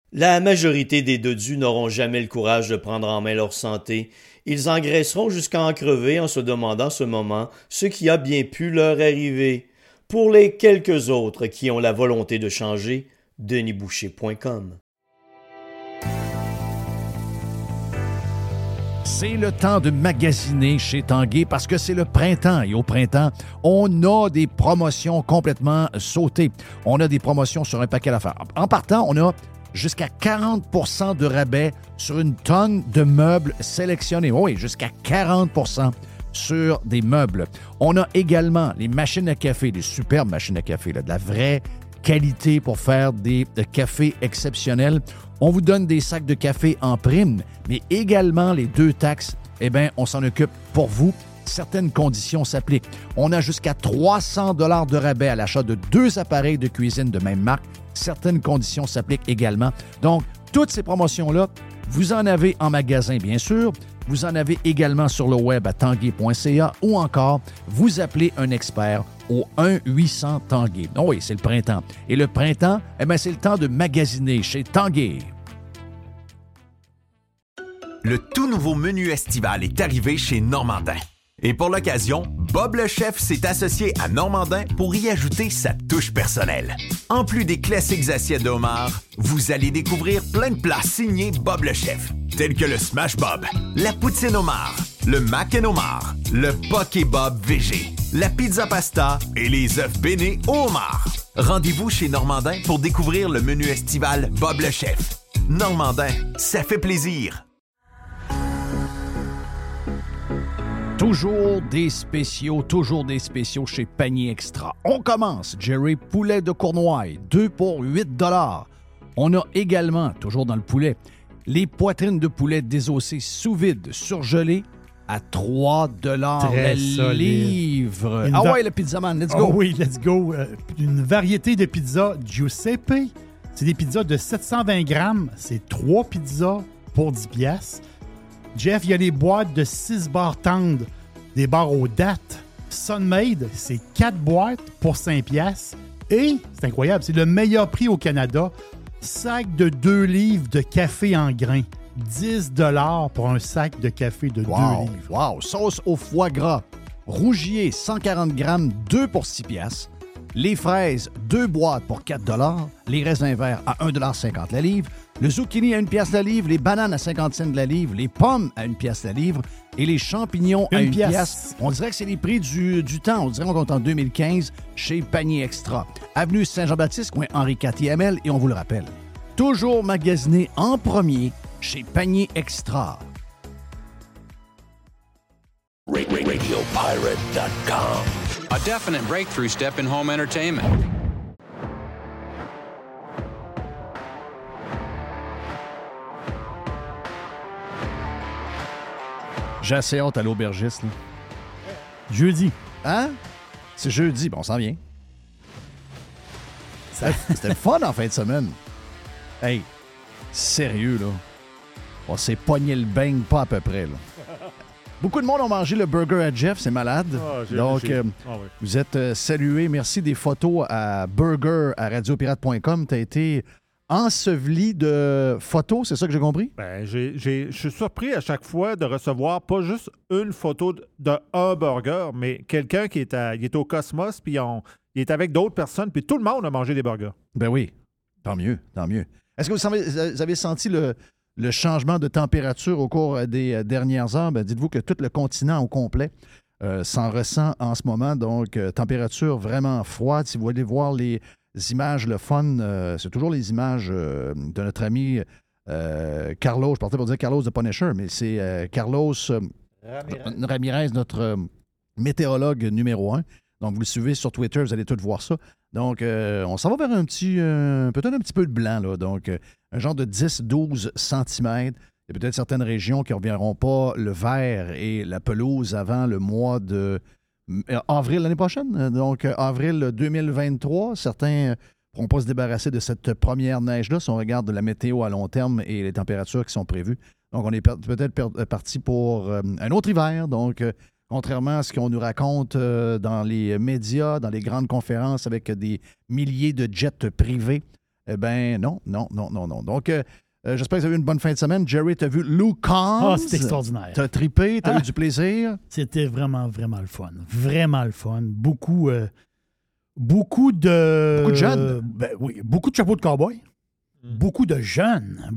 La majorité des dodus n'auront jamais le courage de prendre en main leur santé. Ils engraisseront jusqu'à en crever en se demandant ce moment ce qui a bien pu leur arriver. Pour les quelques autres qui ont la volonté de changer, denisboucher.com. C'est le temps de magasiner chez Tanguay parce que c'est le printemps. Et au printemps, on a des promotions complètement sautées. On a des promotions sur un paquet d'affaires. En partant, on a jusqu'à 40 % de rabais sur une tonne de meubles sélectionnés. Oui, jusqu'à 40 % sur des meubles. On a également les machines à café, des superbes machines à café, là, de la vraie qualité pour faire des cafés exceptionnels. On vous donne des sacs de café en prime, mais également les 2 taxes, eh bien, on s'en occupe pour vous. Certaines conditions s'appliquent. On a jusqu'à 300 $ de rabais à l'achat de 2 appareils de cuisine de même marque. Certaines conditions s'appliquent également. Donc, toutes ces promotions-là, vous en avez en magasin, bien sûr. Vous en avez également sur le web à tanguay.ca ou encore, vous appelez un expert au 1-800-TANGUAY. Oh oui, c'est le printemps. Et le printemps, eh bien, c'est le temps de magasiner chez Tanguay. Le tout nouveau menu estival est arrivé chez Normandin. Et pour l'occasion, Bob le chef s'est associé à Normandin pour y ajouter sa touche personnelle. En plus des classiques assiettes de homard, vous allez découvrir plein de plats signés Bob le chef, tels que le Smash Bob, la poutine homard, le mac and homard, le poké Bob végé, la pizza pasta et les œufs bénis au homard. Rendez-vous chez Normandin pour découvrir le menu estival Bob le chef. Normandin, ça fait plaisir. Toujours des spéciaux chez Panier Extra. On commence, Jerry, poulet de Cournoye, 2 pour 8 $. On a également, toujours dans le poulet, les poitrines de poulet désossées sous vide, surgelées, à 3 $ Très le solide. livre. Ouais, le pizzaman, let's go. Oh oui, let's go. Une variété de pizzas Giuseppe. C'est des pizzas de 720 grammes. C'est 3 pizzas pour 10 piastres. Jeff, il y a les boîtes de 6 barres tendres, des barres aux dattes. Sunmade, c'est 4 boîtes pour 5 piastres. Et, c'est incroyable, c'est le meilleur prix au Canada. Sac de 2 livres de café en grains. 10 $ pour un sac de café de 2 livres. Wow! Sauce au foie gras. Rougier, 140 grammes, 2 pour 6 piastres. Les fraises, 2 boîtes pour 4 $. Les raisins verts à 1,50 $ la livre. Le zucchini à 1 piastre la livre. Les bananes à 50 cents la livre. Les pommes à 1 piastre la livre. Et les champignons à 1 piastre. On dirait que c'est les prix du temps. On dirait qu'on est en 2015 chez Panier Extra. Avenue Saint-Jean-Baptiste, coin Henri IV et on vous le rappelle. Toujours magasiné en premier chez Panier Extra. RadioPirate.com. A definite breakthrough step in home entertainment. J'ai assez hâte à l'aubergiste. Là. Jeudi. Hein? C'est jeudi. Bon, on s'en vient. C'était le fun en fin de semaine. Hey, sérieux, là. On s'est pogné le beigne pas à peu près, là. Beaucoup de monde ont mangé le burger à Jeff, c'est malade. Donc, vous êtes salués. Merci des photos à burger à radiopirate.com. Tu as été enseveli de photos, c'est ça que j'ai compris? Ben, je suis surpris à chaque fois de recevoir pas juste une photo d'un burger, mais quelqu'un qui il est au Cosmos, puis il est avec d'autres personnes, puis tout le monde a mangé des burgers. Ben oui, tant mieux, tant mieux. Est-ce que vous avez senti le changement de température au cours des dernières heures? Ben, dites-vous que tout le continent au complet s'en ressent en ce moment. Donc, température vraiment froide. Si vous voulez voir les images, le fun, c'est toujours les images de notre ami Carlos. Je partais pour dire Carlos de Punisher, mais c'est Carlos Ramirez, notre météorologue numéro 1. Donc, vous le suivez sur Twitter, vous allez tout voir ça. Donc, on s'en va vers peut-être un petit peu de blanc, là. Donc, un genre de 10-12 cm. Il y a peut-être certaines régions qui ne reviendront pas le vert et la pelouse avant le mois de avril l'année prochaine. Donc, avril 2023. Certains ne pourront pas se débarrasser de cette première neige-là si on regarde la météo à long terme et les températures qui sont prévues. Donc, on est peut-être parti pour un autre hiver. Donc, contrairement à ce qu'on nous raconte dans les médias, dans les grandes conférences avec des milliers de jets privés, Eh bien, non. Donc, j'espère que vous avez eu une bonne fin de semaine. Jerry, t'as vu Luke Combs? Ah, c'est extraordinaire. T'as trippé? T'as eu du plaisir? C'était vraiment, vraiment le fun. Vraiment le fun. Beaucoup de... Beaucoup de jeunes. Ben, oui, beaucoup de chapeaux de cow-boy. Beaucoup de jeunes.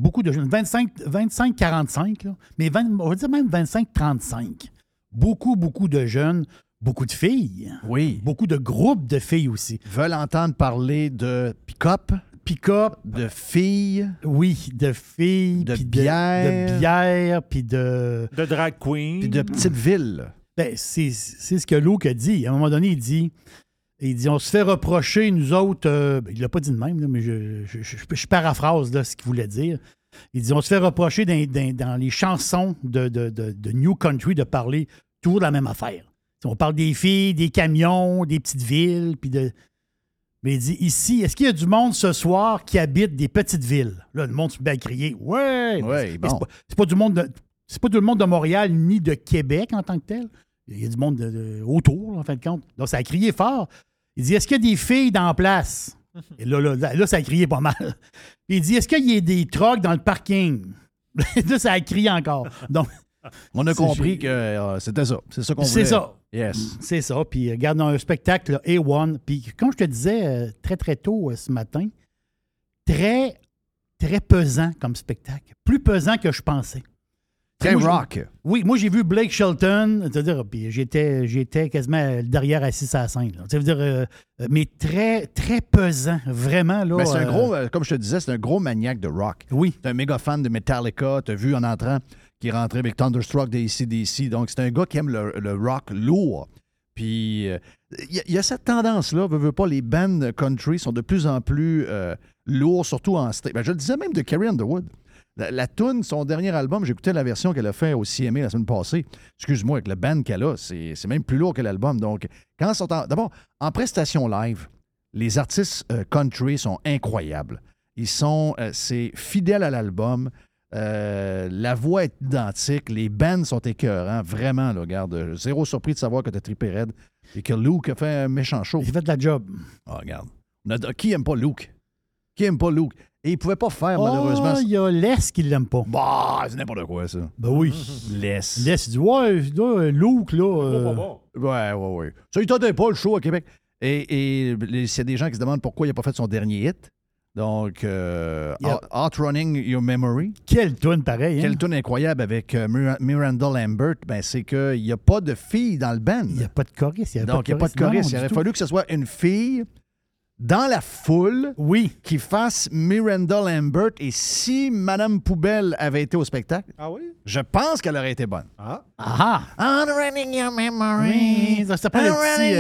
25-45, là. Mais on va dire même 25-35. Beaucoup de jeunes. Beaucoup de filles. Oui. Beaucoup de groupes de filles aussi. Veulent entendre parler de pick-up, de filles. Oui, de filles. De puis bière. De bière, puis de... De drag queen. Puis de petites villes. Ben, c'est ce que Luke a dit. À un moment donné, il dit, on se fait reprocher, nous autres... il l'a pas dit de même, là, mais je paraphrase là, ce qu'il voulait dire. Il dit, on se fait reprocher dans les chansons de New Country de parler toujours de la même affaire. On parle des filles, des camions, des petites villes, puis de... Mais il dit, ici, est-ce qu'il y a du monde ce soir qui habite des petites villes? Là, le monde se met à crier, ouais! Oui, bon. C'est pas tout le monde de Montréal ni de Québec en tant que tel. Il y a du monde autour, en fin de compte. Donc, ça a crié fort. Il dit, est-ce qu'il y a des filles dans la place? Et là, ça a crié pas mal. Puis il dit, est-ce qu'il y a des trucks dans le parking? Là, ça a crié encore. Donc, on a compris que c'était ça. C'est ça qu'on voulait. C'est ça. Yes. C'est ça. Puis regarde, dans un spectacle là, A1. Puis comme je te disais très, très tôt ce matin, très, très pesant comme spectacle. Plus pesant que je pensais. Très rock. Oui, moi, j'ai vu Blake Shelton, c'est-à-dire, puis j'étais quasiment derrière assis à la scène. Là. C'est-à-dire, mais très, très pesant, vraiment. Là, mais c'est un gros, comme je te disais, c'est un gros maniaque de rock. Oui. C'est un méga fan de Metallica. Tu as vu en entrant qu'il est rentré avec Thunderstruck des AC/DC. Donc, c'est un gars qui aime le rock lourd. Puis, il y a cette tendance-là, veux pas, les bands country sont de plus en plus lourds, surtout en stage. Ben, je le disais même de Carrie Underwood. La toune, son dernier album, j'écoutais la version qu'elle a fait au CMA la semaine passée. Excuse-moi, avec le band qu'elle a, c'est même plus lourd que l'album. Donc, quand ils sont d'abord, en prestation live, les artistes country sont incroyables. Ils sont, c'est fidèle à l'album. La voix est identique. Les bands sont écœurants. Vraiment, là, regarde. Zéro surpris de savoir que tu as trippé raide et que Luke a fait un méchant show. Il a fait de la job. Oh, regarde. Qui aime pas Luke? Qui aime pas Luke? Et il pouvait pas faire, malheureusement. Il y a Les qui l'aime pas. Bah, c'est n'importe quoi, ça. Ben oui. Les, il dit, ouais, Luke, là... Ouais. Ça, il tentait pas, le show à Québec. Et il y a des gens qui se demandent pourquoi il n'a pas fait son dernier hit. Donc, Outrunning Your Memory. Quelle toune pareil, hein? Quelle toune incroyable avec Miranda Lambert. Ben, c'est qu'il n'y a pas de fille dans le band. Il n'y a pas de choriste. Donc, il n'y a pas de choriste. Il aurait fallu que ce soit une fille dans la foule qui fasse Miranda Lambert. Et si Madame Poubelle avait été au spectacle, je pense qu'elle aurait été bonne. Outrunning Your Memory. Ça prend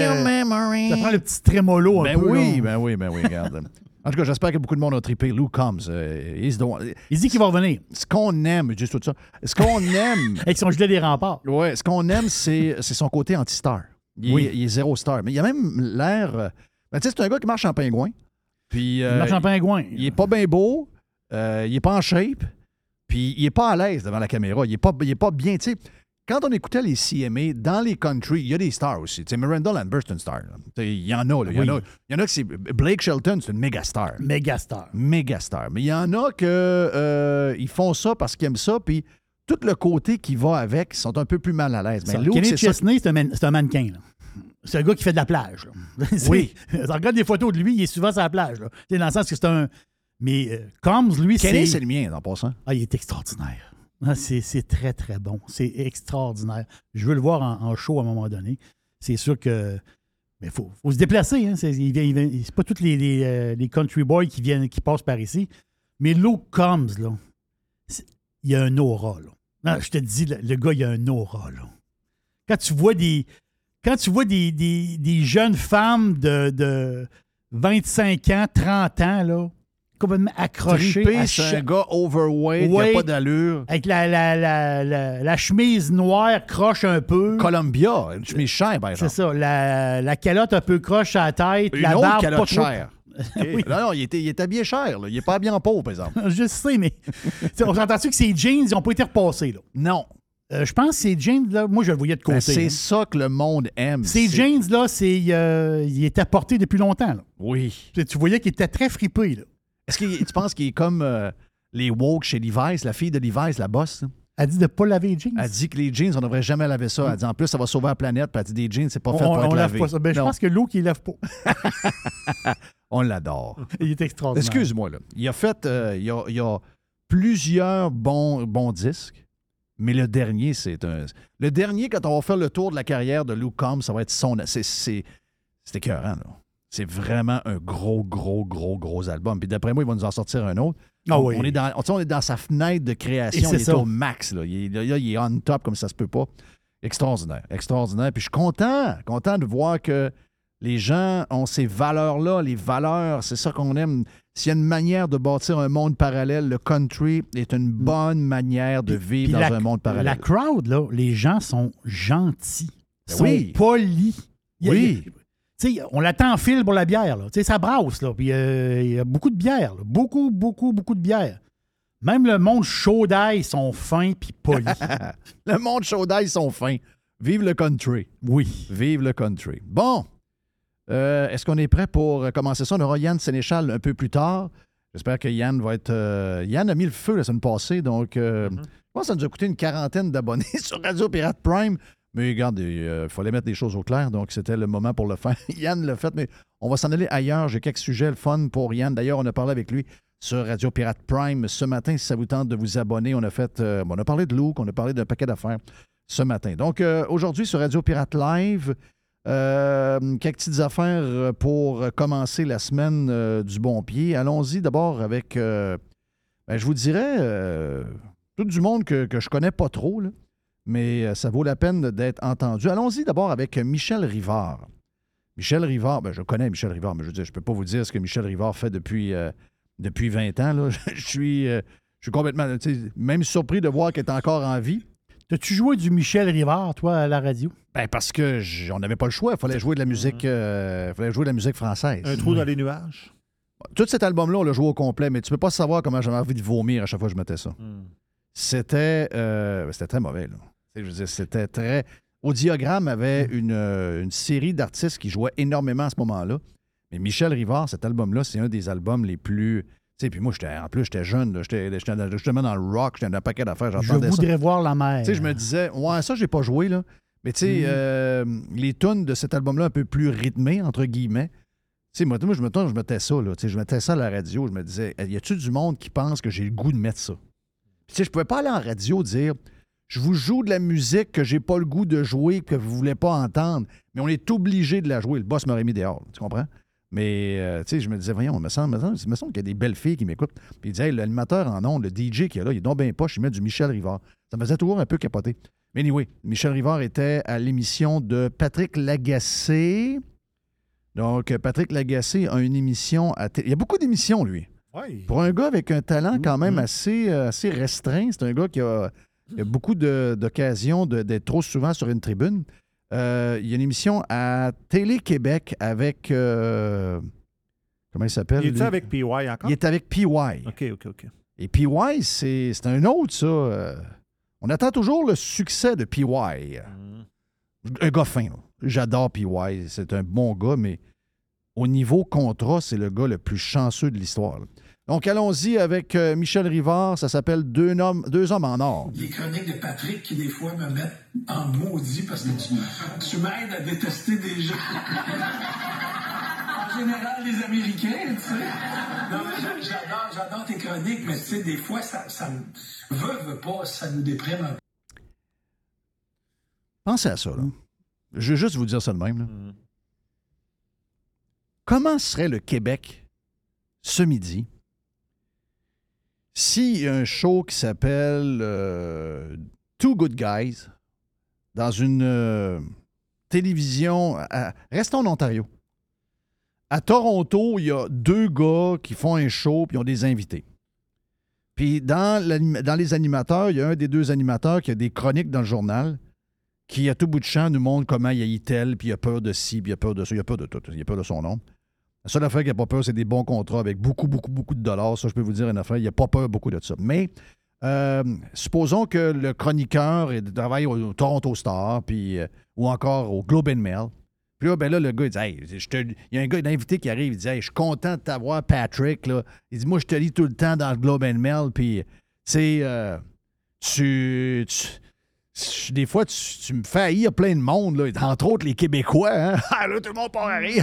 le petit trémolo un peu. Ben oui, regarde. En tout cas, j'espère que beaucoup de monde a trippé. Luke Combs. Il dit qu'il va revenir. Ce qu'on aime, juste tout ça. Ce qu'on aime. Avec son gilet des remparts. Oui, ce qu'on aime, c'est son côté anti-star. Il est zéro star. Mais il a même l'air. Tu sais, c'est un gars qui marche en pingouin. Puis, il marche en pingouin. Il est pas bien beau. Il est pas en shape. Puis, il est pas à l'aise devant la caméra. Il est pas bien. Tu sais, quand on écoutait les CMA, dans les country, il y a des stars aussi. Tu sais, Miranda Lambert, c'est une star. Il y en a. Là. Il y en a que c'est... Blake Shelton, c'est une méga star. Méga star. Mais il y en a que ils font ça parce qu'ils aiment ça, puis tout le côté qui va avec, ils sont un peu plus mal à l'aise. Mais Kenny Chesney, c'est un mannequin. Là. C'est un gars qui fait de la plage. Là. Oui. Tu regardes des photos de lui, il est souvent sur la plage. Là. Dans le sens que c'est un... Mais Combs, lui, Kenny, c'est le mien, en passant. Ah, il est extraordinaire. C'est très, très bon. C'est extraordinaire. Je veux le voir en show à un moment donné. C'est sûr que... Mais il faut se déplacer. Hein. C'est pas tous les country boys qui passent par ici. Mais Luke Combs, là, il y a un aura. Là. Non, je te dis, le gars, il y a un aura. Là. Quand tu vois des jeunes femmes de 25 ans, 30 ans, là, complètement accroché. C'est un gars overweight, il n'y a pas d'allure. Avec la chemise noire croche un peu. Columbia, une chemise chère, par exemple. C'est ça, la calotte un peu croche à la tête, une la autre barbe calotte pas chère. Oui. Non, il est habillé cher. Là. Il n'est pas habillé en pauvre, par exemple. Je sais, mais on s'entend-tu que ces jeans, ils n'ont pas été repassés? Là? Non. Je pense que ces jeans-là, moi, je le voyais de côté. C'est ça que le monde aime. Ces jeans-là, il était porté depuis longtemps. Là. Oui. Tu voyais qu'il était très fripé. Là. Est-ce que tu penses qu'il est comme les woke chez Levi's, la fille de Levi's, la boss? Là? Elle dit de ne pas laver les jeans. Elle dit que les jeans, on ne devrait jamais laver ça. Elle dit en plus, ça va sauver la planète. Puis elle dit des jeans, c'est pas fait pour être on lave lavé. pas ça. Ben, je pense que l'eau qui lave pas. On l'adore. Il est extraordinaire. Excuse-moi, là. Il a fait... il y a plusieurs bons disques, mais le dernier, c'est un... Le dernier, quand on va faire le tour de la carrière de Luke Combs, ça va être son... C'est écœurant, là. C'est vraiment un gros album. Puis d'après moi, il va nous en sortir un autre. Ah oui. On est dans sa fenêtre de création. Il est au max. Là. Il est on top comme ça se peut pas. Extraordinaire. Puis je suis content de voir que les gens ont ces valeurs-là. Les valeurs, c'est ça qu'on aime. S'il y a une manière de bâtir un monde parallèle, le country est une bonne manière de vivre dans un monde parallèle. La crowd, là, les gens sont gentils. Ils sont polis. Oui. On l'attend en file pour la bière. Là. Ça brasse. Là, puis il y a beaucoup de bière. Là. Beaucoup de bière. Même le monde chaud d'ail sont fins puis polis. Le monde chaud d'ail sont fins. Vive le country. Oui. Vive le country. Bon. Est-ce qu'on est prêt pour commencer ça? On aura Yann Sénéchal un peu plus tard. J'espère que Yann va être... Yann a mis le feu la semaine passée, donc je pense que ça nous a coûté une 40aine d'abonnés sur Radio Pirate Prime. Mais regarde, il fallait mettre des choses au clair, donc c'était le moment pour le faire. Yann l'a fait, mais on va s'en aller ailleurs. J'ai quelques sujets le fun pour Yann. D'ailleurs, on a parlé avec lui sur Radio Pirate Prime ce matin. Si ça vous tente de vous abonner, on a parlé de Luke, on a parlé d'un paquet d'affaires ce matin. Donc, aujourd'hui, sur Radio Pirate Live, quelques petites affaires pour commencer la semaine du bon pied. Allons-y d'abord avec, je vous dirais, tout du monde que je connais pas trop, là. Mais ça vaut la peine d'être entendu. Allons-y d'abord avec Michel Rivard. Michel Rivard, je connais Michel Rivard, mais je veux dire, je ne peux pas vous dire ce que Michel Rivard fait depuis 20 ans. Là. Je suis complètement, même surpris de voir qu'il est encore en vie. As-tu joué du Michel Rivard, toi, à la radio? Parce que on n'avait pas le choix. Il fallait jouer de la musique, française. Un trou dans les nuages. Tout cet album-là, on l'a joué au complet, mais tu ne peux pas savoir comment j'avais envie de vomir à chaque fois que je mettais ça. C'était très mauvais, là. Je veux dire, c'était très... Audiogramme avait une série d'artistes qui jouaient énormément à ce moment-là. Mais Michel Rivard, cet album-là, c'est un des albums les plus... Puis moi, j'étais jeune. Là. J'étais justement dans le rock. J'étais dans un paquet d'affaires. Je voudrais voir la mer. Je me disais, ouais, ça, j'ai pas joué, là. Mais tu sais, les tunes de cet album-là un peu plus rythmées, entre guillemets. Moi, je mettais ça, là. Je mettais ça à la radio. Je me disais, y a-tu du monde qui pense que j'ai le goût de mettre ça? Je pouvais pas aller en radio dire... Je vous joue de la musique que j'ai pas le goût de jouer, que vous voulez pas entendre, mais on est obligé de la jouer. Le boss m'aurait mis dehors, tu comprends? Mais, je me disais, voyons, il me semble qu'il y a des belles filles qui m'écoutent. Puis il disait, hey, l'animateur en ondes, le DJ qui est là, il est donc bien poche, il met du Michel Rivard. Ça me faisait toujours un peu capoter. Mais anyway, Michel Rivard était à l'émission de Patrick Lagacé. Donc, Patrick Lagacé a une émission à télé. Il y a beaucoup d'émissions, lui. Oui. Pour un gars avec un talent quand même assez restreint, c'est un gars qui a beaucoup d'occasions d'être trop souvent sur une tribune. Il y a une émission à Télé-Québec avec... comment il s'appelle? Il est avec PY encore? Il est avec PY. OK. Et PY, c'est un autre, ça. On attend toujours le succès de PY. Un gars fin. Là. J'adore PY. C'est un bon gars, mais au niveau contrat, c'est le gars le plus chanceux de l'histoire. Là. Donc, allons-y avec Michel Rivard. Ça s'appelle Deux hommes en or. Les chroniques de Patrick qui, des fois, me mettent en maudit parce que tu m'aides à détester des gens. En général, les Américains, tu sais. Non, mais j'adore tes chroniques, mais tu sais, des fois, ça veut pas, ça nous déprime un peu. Pensez à ça, là. Je vais juste vous dire ça de même, là. Comment serait le Québec ce midi s'il y a un show qui s'appelle Two Good Guys dans une télévision... restons en Ontario. À Toronto, il y a 2 gars qui font un show puis ils ont des invités. Puis dans les animateurs, il y a un des 2 animateurs qui a des chroniques dans le journal qui, à tout bout de champ, nous montre comment il haït tel, puis il a peur de ci, puis il a peur de ça, il a peur de tout, il a peur de son nom. La seule affaire qu'il n'a pas peur, c'est des bons contrats avec beaucoup de dollars. Ça, je peux vous dire une affaire, il n'a pas peur beaucoup de ça. Mais supposons que le chroniqueur travaille au Toronto Star puis, ou encore au Globe and Mail, Puis là, ben là, le gars, il dit, hey, il y a un gars d'invité qui arrive, il dit, hey, je suis content de t'avoir, Patrick. Là. Il dit, moi, je te lis tout le temps dans le Globe and Mail, puis, tu sais, des fois, tu me fais haïr plein de monde, là, entre autres les Québécois. Hein? Ah, là, tout le monde part à rire.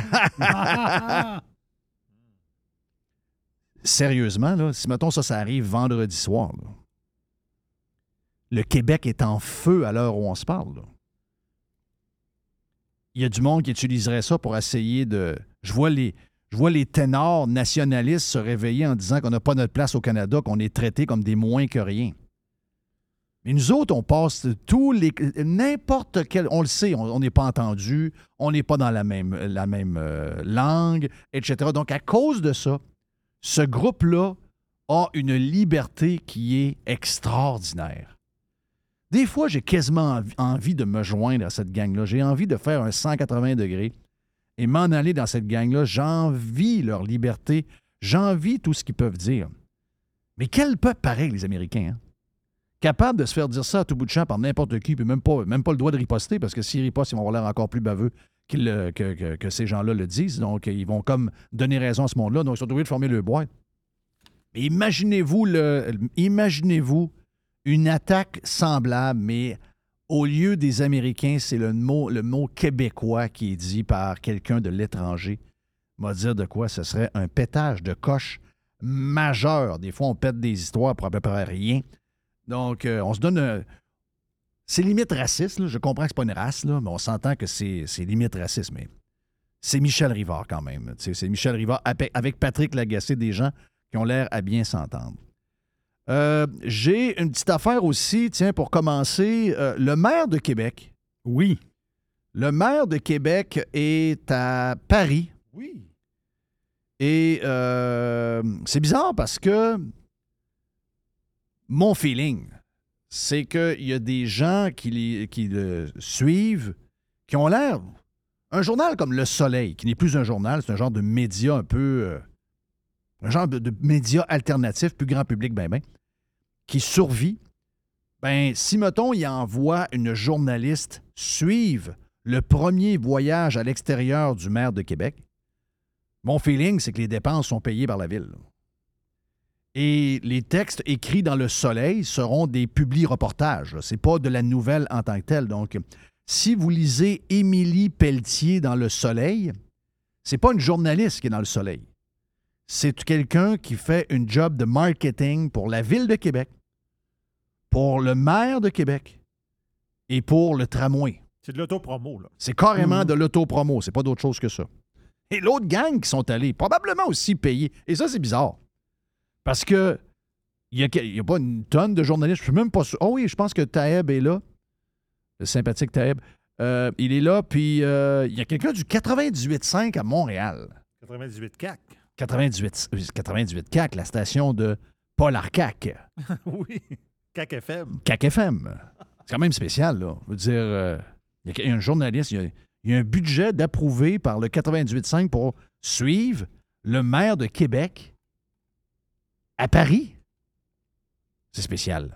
Sérieusement, là, si, mettons, ça arrive vendredi soir, là, le Québec est en feu à l'heure où on se parle, là. Il y a du monde qui utiliserait ça pour essayer de... Je vois les ténors nationalistes se réveiller en disant qu'on n'a pas notre place au Canada, qu'on est traités comme des moins que rien. Mais nous autres, on passe n'importe quel... On le sait, on n'est pas entendu, on n'est pas dans la même langue, etc. Donc, à cause de ça, ce groupe-là a une liberté qui est extraordinaire. Des fois, j'ai quasiment envie de me joindre à cette gang-là. J'ai envie de faire un 180 degrés et m'en aller dans cette gang-là. J'envie leur liberté. J'envie tout ce qu'ils peuvent dire. Mais quel peuple pareil, les Américains, hein? Capable de se faire dire ça à tout bout de champ par n'importe qui, puis même pas le droit de riposter, parce que s'ils ripostent, ils vont avoir l'air encore plus baveux que ces gens-là le disent. Donc, ils vont comme donner raison à ce monde-là. Donc, ils sont obligés de former le boîte. Mais imaginez-vous une attaque semblable, mais au lieu des Américains, c'est le mot québécois qui est dit par quelqu'un de l'étranger. On va dire de quoi? Ce serait un pétage de coche majeur. Des fois, on pète des histoires pour à peu près rien. Donc, on se donne... C'est limite raciste, là. Je comprends que c'est pas une race, là, mais on s'entend que c'est limite raciste. Mais c'est Michel Rivard quand même. C'est Michel Rivard avec Patrick Lagacé, des gens qui ont l'air à bien s'entendre. J'ai une petite affaire aussi, tiens, pour commencer. Le maire de Québec. Oui. Le maire de Québec est à Paris. Oui. Et c'est bizarre parce que mon feeling, c'est qu'il y a des gens qui le suivent, qui ont l'air... Un journal comme Le Soleil, qui n'est plus un journal, c'est un genre de média un peu... un genre de média alternatif, plus grand public, qui survit. Si, mettons, il envoie une journaliste suivre le premier voyage à l'extérieur du maire de Québec, mon feeling, c'est que les dépenses sont payées par la ville. Et les textes écrits dans Le Soleil seront des publi-reportages. C'est pas de la nouvelle en tant que telle. Donc, si vous lisez Émilie Pelletier dans Le Soleil, c'est pas une journaliste qui est dans Le Soleil. C'est quelqu'un qui fait une job de marketing pour la Ville de Québec, pour le maire de Québec et pour le tramway. C'est de l'autopromo, là. C'est carrément de l'autopromo. C'est pas d'autre chose que ça. Et l'autre gang qui sont allés, probablement aussi payés. Et ça, c'est bizarre. Parce que il n'y a pas une tonne de journalistes. Je suis même pas sûr. Oh oui, je pense que Taeb est là. Le sympathique Taeb. Il est là. Puis il y a quelqu'un du 98.5 à Montréal. 98 CAC. 98 CAC, la station de Paul Arcac. Oui. CAC FM. CAC FM. C'est quand même spécial, là. Je veux dire, il y a un journaliste, il y a un budget d'approuvé par le 98.5 pour suivre le maire de Québec à Paris. C'est spécial.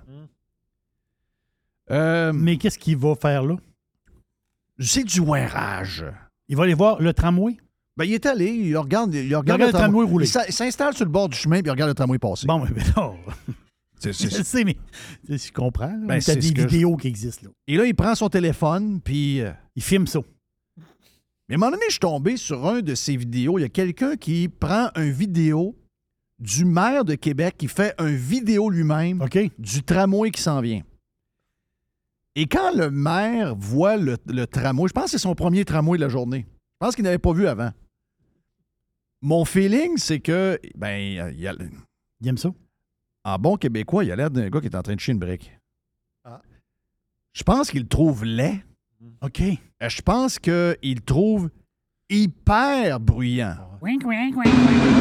Mais qu'est-ce qu'il va faire là? C'est du ouinrage. Il va aller voir le tramway? Il est allé, il regarde le tramway rouler. Il s'installe sur le bord du chemin et il regarde le tramway passer. Bon, mais non. Je sais, mais je comprends. Tu as des vidéos qui existent. Là. Et là, il prend son téléphone puis... il filme ça. Mais à un moment donné, je suis tombé sur un de ces vidéos. Il y a quelqu'un qui prend un vidéo du maire de Québec qui fait un vidéo lui-même du tramway qui s'en vient. Et quand le maire voit le tramway, je pense que c'est son premier tramway de la journée. Je pense qu'il n'avait pas vu avant. Mon feeling, c'est que... il aime ça. En bon québécois, il a l'air d'un gars qui est en train de chier une brique. Ah. Je pense qu'il le trouve laid. OK. Je pense qu'il le trouve hyper bruyant. Wink, wink, wink,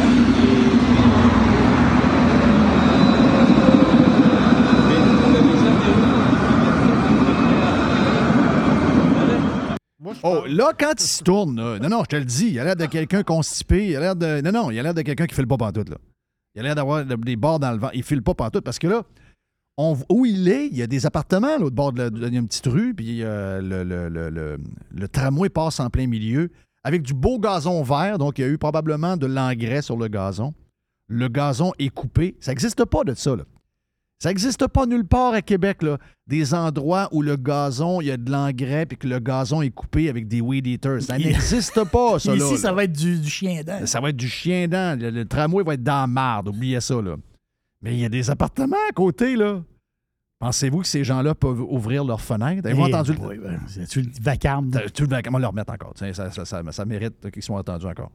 Là, quand il se tourne, non, je te le dis, il a l'air de quelqu'un constipé, il a l'air de... Non, il a l'air de quelqu'un qui file pas pantoute, là. Il a l'air d'avoir des bords dans le vent. Il file pas pantoute parce que là, où il est, il y a des appartements à l'autre bord il y a une petite rue, puis le tramway passe en plein milieu avec du beau gazon vert, donc il y a eu probablement de l'engrais sur le gazon. Le gazon est coupé. Ça n'existe pas de ça, là. Ça n'existe pas nulle part à Québec, là. Des endroits où le gazon, il y a de l'engrais puis que le gazon est coupé avec des weed eaters. Ça n'existe pas, ça, là. Ici, ça va être du chien dent. Ça va être du chien dent. Le tramway va être dans la marde. Oubliez ça, là. Mais il y a des appartements à côté, là. Pensez-vous que ces gens-là peuvent ouvrir leurs fenêtres? Avez-vous entendu Tu le vacarme. Tu le vacarme. On va le remettre encore. Ça mérite qu'ils soient entendus encore.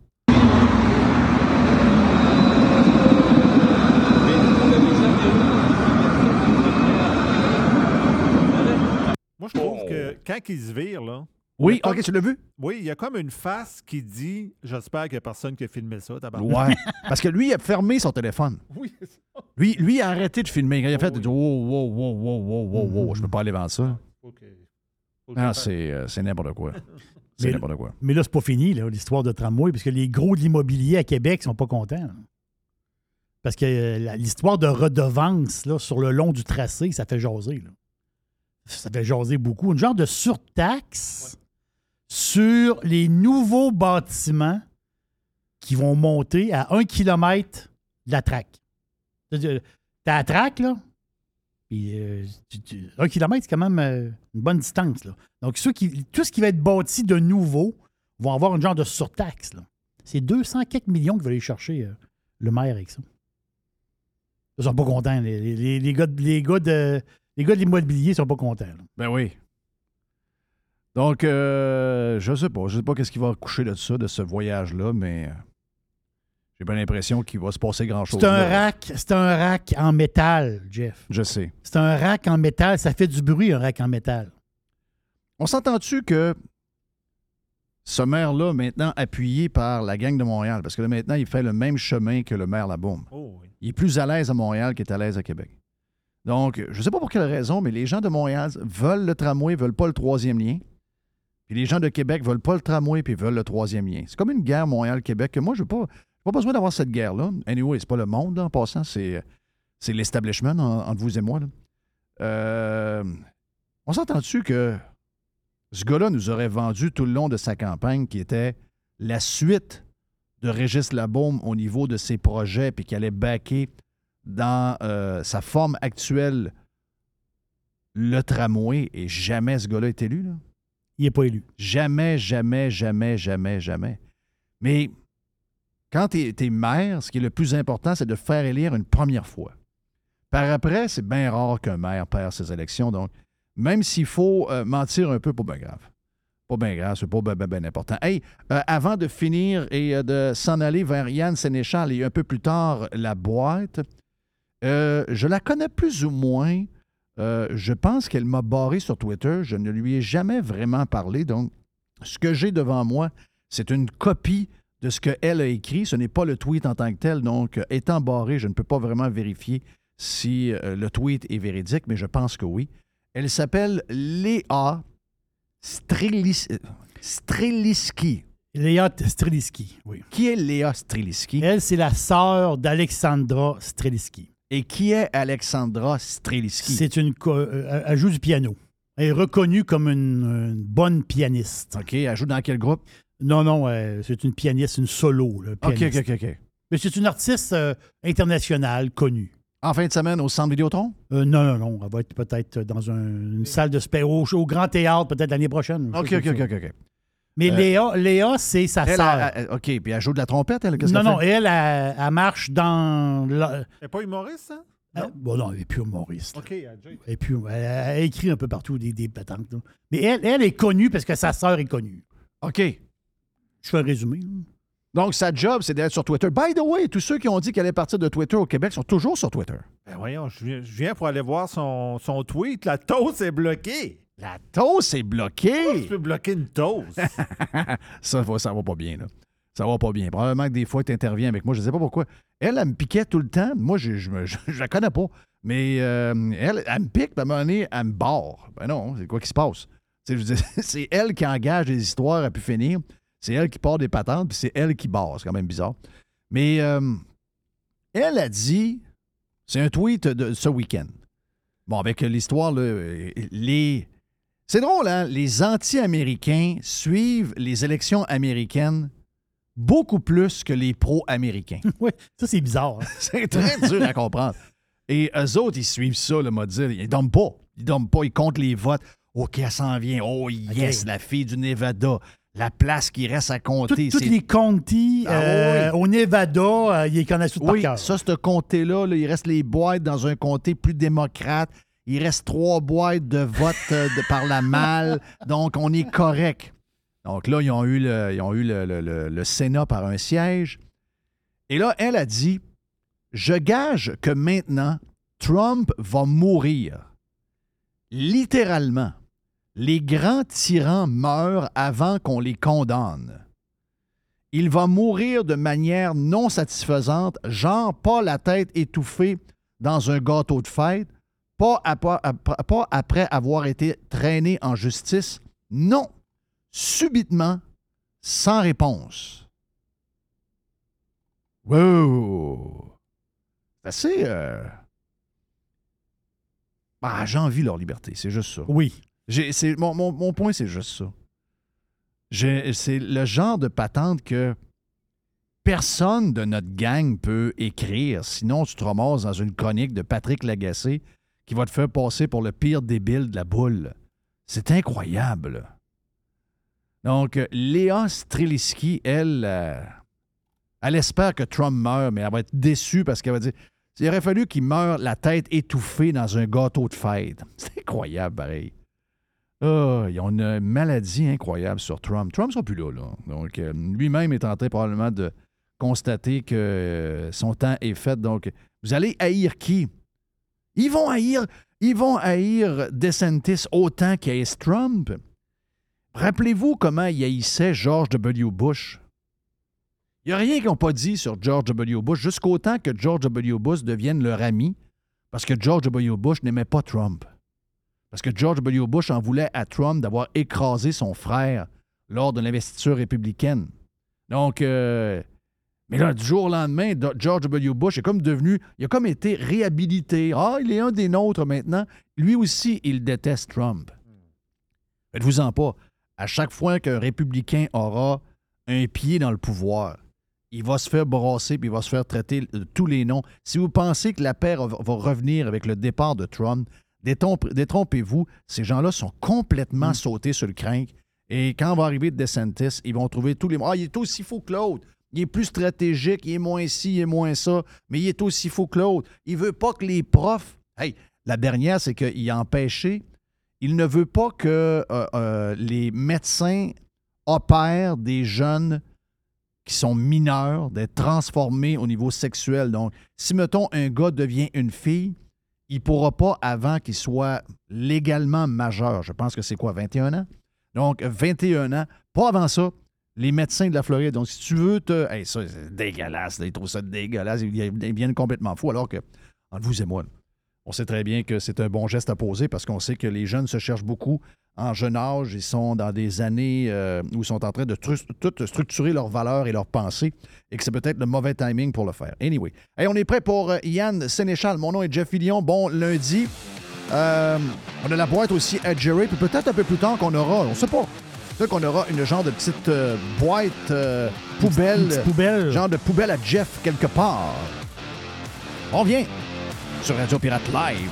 Moi, je trouve que quand il se vire, là... Oui, OK, tu l'as vu? Oui, il y a comme une face qui dit « J'espère qu'il n'y a personne qui a filmé ça, tabarnak. » Ouais, parce que lui, il a fermé son téléphone. Oui, c'est ça. Lui, il a arrêté de filmer. Quand il a fait, il dit « Wow, je peux pas aller vendre ça. » Ah, c'est n'importe quoi. C'est n'importe quoi. Mais là, c'est pas fini, là, l'histoire de tramway, parce que les gros de l'immobilier à Québec sont pas contents. Là. Parce que l'histoire de redevance là, sur le long du tracé, ça fait jaser. Là. Ça fait jaser beaucoup. Une genre de surtaxe sur les nouveaux bâtiments qui vont monter à 1 kilomètre de la traque. T'as la traque, là, puis 1 kilomètre, c'est quand même une bonne distance. Là. Donc, tout ce qui va être bâti de nouveau vont avoir une genre de surtaxe. Là. C'est 200 quelques millions qu'il va aller chercher le maire avec ça. Ils sont pas contents. Les gars de l'immobilier sont pas contents. Là. Ben oui. Donc, je sais pas. Je sais pas qu'est-ce qui va coucher de ça, de ce voyage-là, mais j'ai pas l'impression qu'il va se passer grand-chose. C'est un rack en métal, Jeff. Je sais. C'est un rack en métal. Ça fait du bruit, un rack en métal. On s'entend-tu que ce maire-là, maintenant appuyé par la gang de Montréal, parce que là, maintenant, il fait le même chemin que le maire Labaume. Oh, oui. Il est plus à l'aise à Montréal qu'il est à l'aise à Québec. Donc, je ne sais pas pour quelle raison, mais les gens de Montréal veulent le tramway, veulent pas le troisième lien. Puis les gens de Québec veulent pas le tramway, puis veulent le troisième lien. C'est comme une guerre Montréal-Québec que moi, je n'ai pas besoin d'avoir cette guerre-là. Anyway, c'est pas le monde, là, en passant, c'est l'establishment entre vous et moi. Là. On s'entend-tu que ce gars-là nous aurait vendu tout le long de sa campagne qui était la suite de Régis Labaume au niveau de ses projets, puis qui allait backer dans sa forme actuelle le tramway, et jamais ce gars-là est élu, là. Il n'est pas élu. Jamais. Mais quand tu es maire, ce qui est le plus important, c'est de faire élire une première fois. Par après, c'est bien rare qu'un maire perd ses élections. Donc, même s'il faut mentir un peu, pas bien grave. Pas bien grave, c'est pas bien important. Hey, avant de finir et de s'en aller vers Yann Sénéchal et un peu plus tard, la boîte, je la connais plus ou moins. Je pense qu'elle m'a barré sur Twitter. Je ne lui ai jamais vraiment parlé. Donc, ce que j'ai devant moi, c'est une copie de ce qu'elle a écrit. Ce n'est pas le tweet en tant que tel. Donc, étant barré, je ne peux pas vraiment vérifier si le tweet est véridique, mais je pense que oui. Elle s'appelle Léa Streliski. Léa Streliski, oui. Qui est Léa Streliski? Elle, c'est la sœur d'Alexandra Streliski. Et qui est Alexandra Streliski? Elle joue du piano. Elle est reconnue comme une bonne pianiste. OK. Elle joue dans quel groupe? Non, c'est une pianiste, une solo. Là, pianiste. OK. Mais c'est une artiste internationale connue. En fin de semaine au Centre Vidéotron? Non. Elle va être peut-être dans une salle de spectacle au Grand Théâtre, peut-être l'année prochaine. OK. Mais Léa, c'est sa sœur. OK, puis elle joue de la trompette, elle? Non, elle marche dans... Elle n'est pas humoriste, hein? Non, elle n'est plus humoriste. OK, elle a écrit un peu partout des patentes. Là. Mais elle est connue parce que sa sœur est connue. OK. Je fais un résumé. Là. Donc, sa job, c'est d'être sur Twitter. By the way, tous ceux qui ont dit qu'elle allait partir de Twitter au Québec sont toujours sur Twitter. Ben voyons, je viens pour aller voir son tweet. La toast est bloquée. La toast est bloquée. Tu peux bloquer une toast. ça va pas bien, là. Ça va pas bien. Probablement que des fois, tu interviens avec moi. Je ne sais pas pourquoi. Elle me piquait tout le temps. Moi, je la connais pas. Mais elle me pique, puis à un moment donné, elle me barre. Ben non, c'est quoi qui se passe? C'est elle qui engage des histoires à pu finir. C'est elle qui part des patentes, puis c'est elle qui barre. C'est quand même bizarre. Mais elle a dit, c'est un tweet de ce week-end. Bon, avec l'histoire, là, c'est drôle, hein? Les anti-américains suivent les élections américaines beaucoup plus que les pro-américains. Oui, ça, c'est bizarre. Hein? C'est très dur à comprendre. Et eux autres, ils suivent ça, le mot de dire. Ils dorment pas. Ils comptent les votes. OK, elle s'en vient. Oh, yes, OK. la fille du Nevada. La place qui reste à compter. Toutes les counties Ah, oui. au Nevada, ils les connaissent toutes par Oui, cœur. ça, ce comté-là, là, il reste les boîtes dans un comté plus démocrate. Il reste 3 boîtes de vote par la malle. Donc, on est correct. Donc là, ils ont eu le Sénat par un siège. Et là, elle a dit, je gage que maintenant, Trump va mourir. Littéralement. Les grands tyrans meurent avant qu'on les condamne. Il va mourir de manière non satisfaisante, genre pas la tête étouffée dans un gâteau de fête, pas après avoir été traîné en justice. Non, subitement, sans réponse. Wow! C'est assez... j'ai envie de leur liberté, c'est juste ça. Oui. Mon point, c'est juste ça. C'est le genre de patente que personne de notre gang peut écrire, sinon tu te ramasses dans une chronique de Patrick Lagacé qui va te faire passer pour le pire débile de la boule. C'est incroyable. Donc, Léa Streliski, elle espère que Trump meure, mais elle va être déçue parce qu'elle va dire il aurait fallu qu'il meure la tête étouffée dans un gâteau de fête. C'est incroyable, pareil. Ils ont une maladie incroyable sur Trump. Trump ne sera plus là. Donc, lui-même est en train probablement de constater que son temps est fait. Donc, vous allez haïr qui? Ils vont haïr DeSantis autant qu'ils haïssent Trump. Rappelez-vous comment ils haïssaient George W. Bush. Il n'y a rien qu'ils n'ont pas dit sur George W. Bush jusqu'au temps que George W. Bush devienne leur ami parce que George W. Bush n'aimait pas Trump. Parce que George W. Bush en voulait à Trump d'avoir écrasé son frère lors de l'investiture républicaine. Donc, mais là, du jour au lendemain, George W. Bush il a comme été réhabilité. Ah, il est un des nôtres maintenant. Lui aussi, il déteste Trump. Faites-vous-en pas. À chaque fois qu'un républicain aura un pied dans le pouvoir, il va se faire brasser puis il va se faire traiter de tous les noms. Si vous pensez que la paix va revenir avec le départ de Trump, détrompez-vous, ces gens-là sont complètement sautés sur le crinque. Et quand va arriver DeSantis, ils vont trouver tous les mots. Ah, il est aussi faux que l'autre. Il est plus stratégique, il est moins ci, il est moins ça, mais il est aussi faux que l'autre. Il veut pas que les profs... Hey, la dernière, c'est qu'il a empêché... Il ne veut pas que les médecins opèrent des jeunes qui sont mineurs, d'être transformés au niveau sexuel. Donc, si, mettons, un gars devient une fille, il ne pourra pas avant qu'il soit légalement majeur. Je pense que c'est quoi, 21 ans? Donc, 21 ans. Pas avant ça, les médecins de la Floride. Donc, si tu veux te... Hey, ça, c'est dégueulasse. Ils trouvent ça dégueulasse. Ils viennent complètement fous. Alors que, entre vous et moi, on sait très bien que c'est un bon geste à poser parce qu'on sait que les jeunes se cherchent beaucoup en jeune âge. Ils sont dans des années où ils sont en train de tout structurer leurs valeurs et leurs pensées et que c'est peut-être le mauvais timing pour le faire. Anyway. Hey, on est prêt pour Yann Sénéchal. Mon nom est Jeff Fillion. Bon lundi. On a la boîte aussi à Jerry. Puis peut-être un peu plus tard qu'on aura, on ne sait pas, peut-être qu'on aura une genre de petite boîte poubelle. Une petite poubelle. Genre de poubelle à Jeff quelque part. On vient sur Radio Pirate Live.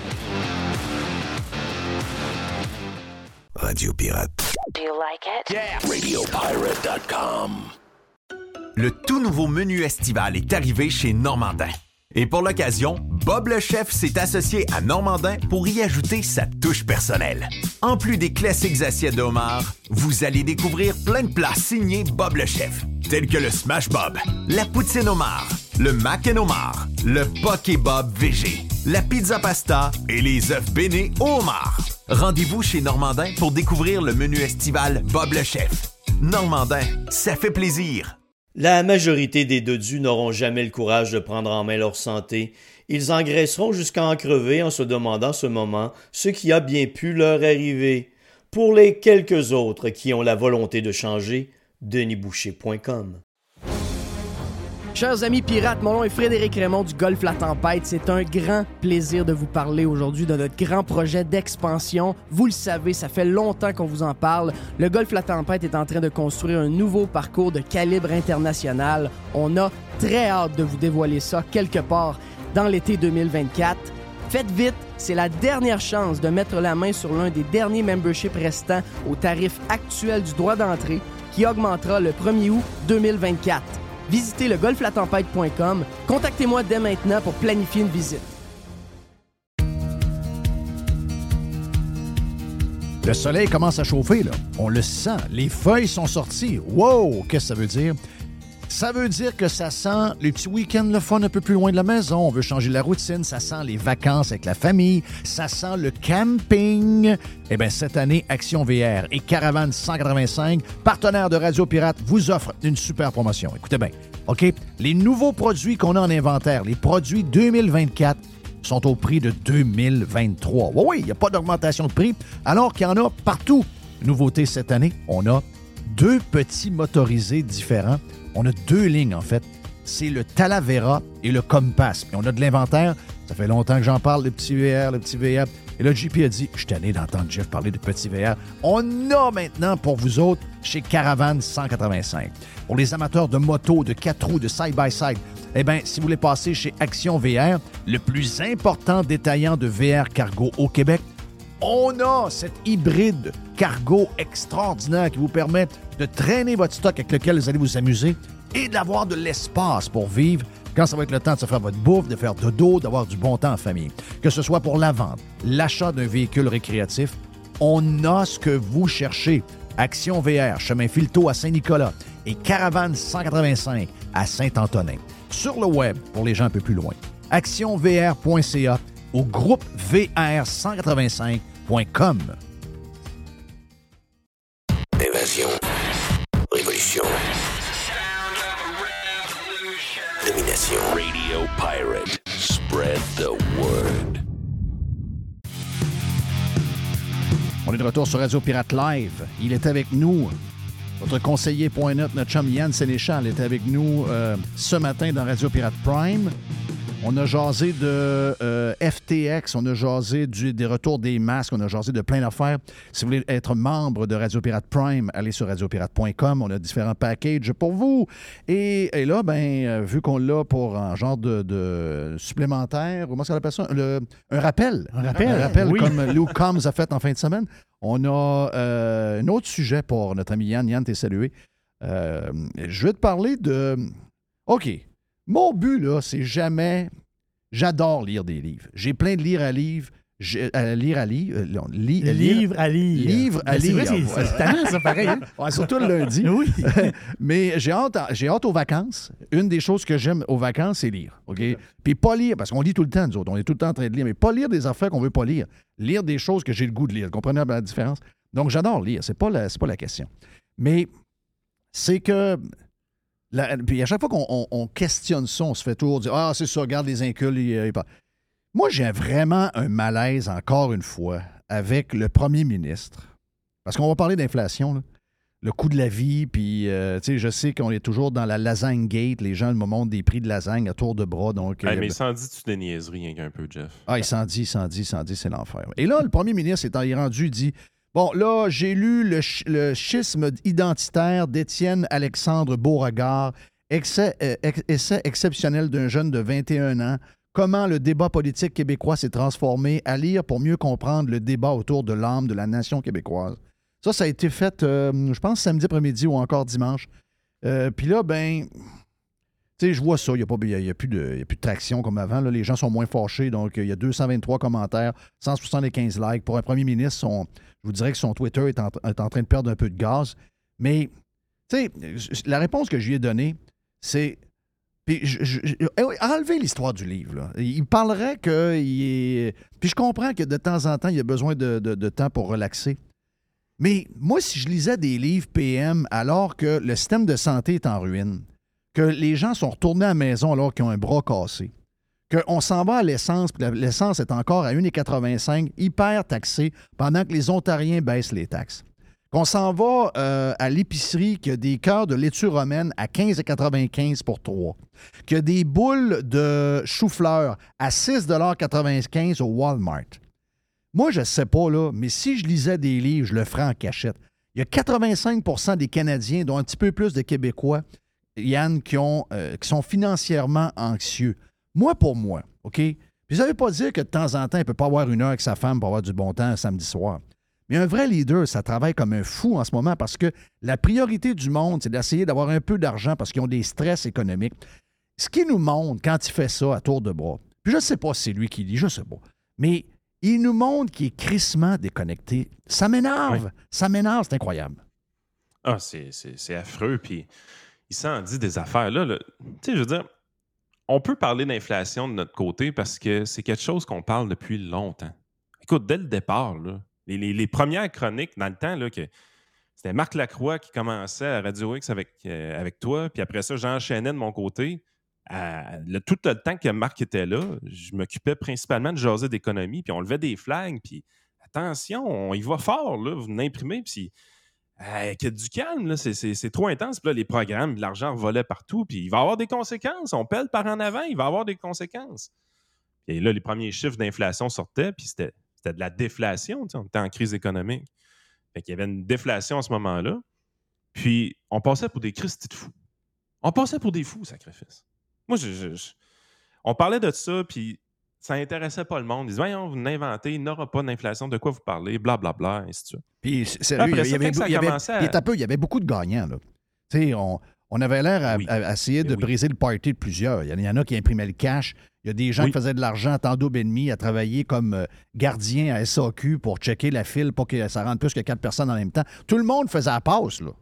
Radio Pirate. Do you like it? Yeah! RadioPirate.com. Le tout nouveau menu estival est arrivé chez Normandin. Et pour l'occasion, Bob le chef s'est associé à Normandin pour y ajouter sa touche personnelle. En plus des classiques assiettes de homard, vous allez découvrir plein de plats signés Bob le chef, tels que le Smash Bob, la poutine homard, le mac and homard, le Poké Bob VG, la pizza pasta et les œufs bénis au homard. Rendez-vous chez Normandin pour découvrir le menu estival Bob le chef. Normandin, ça fait plaisir. La majorité des dodus n'auront jamais le courage de prendre en main leur santé. Ils engraisseront jusqu'à en crever en se demandant ce moment ce qui a bien pu leur arriver. Pour les quelques autres qui ont la volonté de changer, denisboucher.com. Chers amis pirates, mon nom est Frédéric Raymond du Golfe La Tempête. C'est un grand plaisir de vous parler aujourd'hui de notre grand projet d'expansion. Vous le savez, ça fait longtemps qu'on vous en parle. Le Golfe La Tempête est en train de construire un nouveau parcours de calibre international. On a très hâte de vous dévoiler ça quelque part dans l'été 2024. Faites vite, c'est la dernière chance de mettre la main sur l'un des derniers memberships restants au tarif actuel du droit d'entrée qui augmentera le 1er août 2024. Visitez le golflatempête.com. Contactez-moi dès maintenant pour planifier une visite. Le soleil commence à chauffer, là. On le sent. Les feuilles sont sorties. Wow! Qu'est-ce que ça veut dire? Ça veut dire que ça sent les petits week-ends, le fun un peu plus loin de la maison. On veut changer la routine. Ça sent les vacances avec la famille. Ça sent le camping. Eh bien, cette année, Action VR et Caravane 185, partenaires de Radio Pirate, vous offrent une super promotion. Écoutez bien, OK? Les nouveaux produits qu'on a en inventaire, les produits 2024, sont au prix de 2023. Oui, il n'y a pas d'augmentation de prix, alors qu'il y en a partout. Nouveauté cette année, on a 2 petits motorisés différents. On a 2 lignes, en fait. C'est le Talavera et le Compass. Et on a de l'inventaire. Ça fait longtemps que j'en parle, le petit VR. Et là, JP a dit, je suis tanné d'entendre Jeff parler de petit VR. On a maintenant pour vous autres chez Caravane 185. Pour les amateurs de moto, de 4 roues, de side-by-side, eh bien, si vous voulez passer chez Action VR, le plus important détaillant de VR cargo au Québec, on a cette hybride cargo extraordinaire qui vous permet de traîner votre stock avec lequel vous allez vous amuser et d'avoir de l'espace pour vivre quand ça va être le temps de se faire votre bouffe, de faire dodo, d'avoir du bon temps en famille. Que ce soit pour la vente, l'achat d'un véhicule récréatif, on a ce que vous cherchez. Action VR, chemin Filteau à Saint-Nicolas et Caravane 185 à Saint-Antonin. Sur le web, pour les gens un peu plus loin, actionvr.ca ou groupe VR185.com. Évasion. Révolution. Domination. Radio Pirate. Spread the word. On est de retour sur Radio Pirate Live. Il est avec nous. Votre conseiller.net, notre chum Yann Sénéchal, était avec nous ce matin dans Radio Pirate Prime. On a jasé de FTX, on a jasé des retours des masques, on a jasé de plein d'affaires. Si vous voulez être membre de Radio Pirate Prime, allez sur radiopirate.com. On a différents packages pour vous. Et là, vu qu'on l'a pour un genre de supplémentaire, comment ça s'appelle ça? Un rappel. Un rappel, oui. Comme Luke Combs a fait en fin de semaine. On a un autre sujet pour notre ami Yann. Yann, t'es salué. Je vais te parler de... OK. Mon but, là, c'est jamais... J'adore lire des livres. J'ai plein de livres à lire. Livre à lire. C'est vrai, c'est tellement ça, pareil. Hein? Ouais, surtout le lundi. Oui. Mais j'ai hâte aux vacances. Une des choses que j'aime aux vacances, c'est lire. OK? Puis pas lire, parce qu'on lit tout le temps, nous autres. On est tout le temps en train de lire, mais pas lire des affaires qu'on veut pas lire. Lire des choses que j'ai le goût de lire. Comprenez la différence? Donc, j'adore lire. C'est pas la question. Mais c'est que... Puis à chaque fois qu'on questionne ça, on se fait toujours dire « Ah, c'est ça, regarde les inculs. » Moi, j'ai vraiment un malaise, encore une fois, avec le premier ministre. Parce qu'on va parler d'inflation, là. Le coût de la vie, puis je sais qu'on est toujours dans la lasagne gate. Les gens me montrent des prix de lasagne à tour de bras. Donc, mais il s'en dit-tu des niaiseries, rien qu'un peu, Jeff? Ah, il s'en dit, c'est l'enfer. Et là, le premier ministre il est rendu, il dit... Bon, là, j'ai lu le schisme identitaire d'Étienne Alexandre Beauregard, essai exceptionnel d'un jeune de 21 ans, comment le débat politique québécois s'est transformé, à lire pour mieux comprendre le débat autour de l'âme de la nation québécoise. Ça a été fait, je pense, samedi après-midi ou encore dimanche. Puis là, tu sais, je vois ça, il n'y a plus de traction comme avant. Là. Les gens sont moins fâchés, donc il y a 223 commentaires, 175 likes. Pour un premier ministre, je vous dirais que son Twitter est en train de perdre un peu de gaz. Mais, tu sais, la réponse que je lui ai donnée, c'est... Puis, enlevez l'histoire du livre. Là. Il parlerait qu'il est... Puis je comprends que de temps en temps, il y a besoin de temps pour relaxer. Mais moi, si je lisais des livres PM alors que le système de santé est en ruine, que les gens sont retournés à la maison alors qu'ils ont un bras cassé, qu'on s'en va à l'essence, puis l'essence est encore à 1,85 $, hyper taxée, pendant que les Ontariens baissent les taxes. qu'on s'en va à l'épicerie, qu'il y a des cœurs de laitue romaine à 15,95 pour 3, qu'il y a des boules de chou-fleur à 6,95 au Walmart. Moi, je ne sais pas, là, mais si je lisais des livres, je le ferais en cachette. Il y a 85% des Canadiens, dont un petit peu plus de Québécois, Yann, qui sont financièrement anxieux. Moi pour moi, OK? Puis ça ne veut pas dire que de temps en temps, il ne peut pas avoir une heure avec sa femme pour avoir du bon temps un samedi soir. Mais un vrai leader, ça travaille comme un fou en ce moment parce que la priorité du monde, c'est d'essayer d'avoir un peu d'argent parce qu'ils ont des stress économiques. Ce qui nous montre quand il fait ça à tour de bras, puis je ne sais pas si c'est lui qui dit, je ne sais pas, mais il nous montre qu'il est crissement déconnecté. Ça m'énerve. Oui. Ça m'énerve, c'est incroyable. Ah, c'est affreux, puis il s'en dit des affaires. Là, tu sais, je veux dire, on peut parler d'inflation de notre côté parce que c'est quelque chose qu'on parle depuis longtemps. Écoute, dès le départ, là, les premières chroniques, dans le temps, là, que c'était Marc Lacroix qui commençait à Radio X avec toi, puis après ça, j'enchaînais de mon côté. Tout le temps que Marc était là, je m'occupais principalement de jaser d'économie, puis on levait des flags, puis attention, on y va fort, là, vous l'imprimez, puis qu'il y a du calme, là, c'est trop intense, puis là, les programmes, l'argent volait partout, puis il va y avoir des conséquences, on pèle par en avant, il va y avoir des conséquences. Et là, les premiers chiffres d'inflation sortaient, puis c'était de la déflation, on était en crise économique. Fait qu'il y avait une déflation à ce moment-là, puis on passait pour des Christy de fous. On passait pour des fous, sacrifice. Moi, on parlait de ça, puis ça n'intéressait pas le monde. Ils disaient, voyons, vous l'inventez, il n'aura pas d'inflation, de quoi vous parlez, blablabla, et ainsi de suite. Puis, sérieux, il y avait beaucoup de gagnants, là. Tu sais, on avait l'air à essayer de briser le party de plusieurs. Il y en a qui imprimaient le cash. Il y a des gens qui faisaient de l'argent à temps double et demi, à travailler comme gardien à SAQ pour checker la file pour que ça rentre plus que 4 personnes en même temps. Tout le monde faisait la passe, là.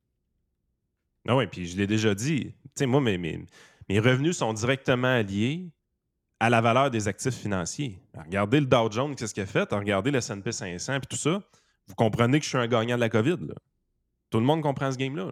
Ah oui, puis je l'ai déjà dit. Tu sais, moi, mes revenus sont directement liés à la valeur des actifs financiers. Regardez le Dow Jones, qu'est-ce qu'il a fait? Regardez le S&P 500 et tout ça. Vous comprenez que je suis un gagnant de la COVID, là. Tout le monde comprend ce game-là,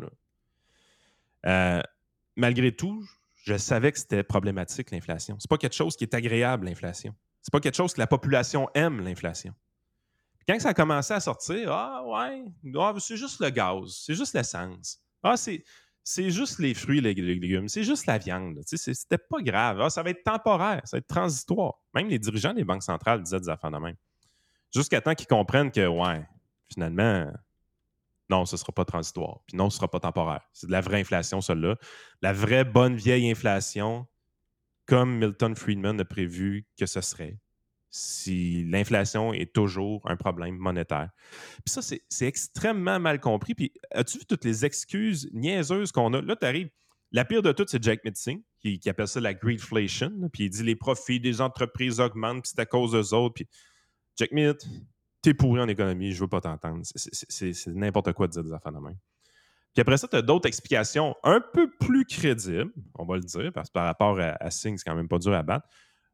là. Malgré tout, je savais que c'était problématique, l'inflation. C'est pas quelque chose qui est agréable, l'inflation. C'est pas quelque chose que la population aime, l'inflation. Puis quand ça a commencé à sortir, c'est juste le gaz, c'est juste l'essence. C'est juste les fruits et les légumes, c'est juste la viande. C'était pas grave. Ça va être temporaire, ça va être transitoire. Même les dirigeants des banques centrales disaient des affaires de même. Jusqu'à temps qu'ils comprennent que, finalement, non, ce ne sera pas transitoire. Puis non, ce ne sera pas temporaire. C'est de la vraie inflation, celle-là. La vraie bonne vieille inflation, comme Milton Friedman a prévu que ce serait, si l'inflation est toujours un problème monétaire. Puis ça, c'est extrêmement mal compris. Puis as-tu vu toutes les excuses niaiseuses qu'on a? Là, tu arrives. La pire de toutes, c'est Jack Mitzing, qui appelle ça la greedflation. Puis il dit les profits des entreprises augmentent, puis c'est à cause d'eux autres. Puis Jack Mitt, t'es pourri en économie, je veux pas t'entendre. C'est n'importe quoi de dire des affaires de même. Puis après ça, tu as d'autres explications un peu plus crédibles, on va le dire, parce que par rapport à Singh, c'est quand même pas dur à battre.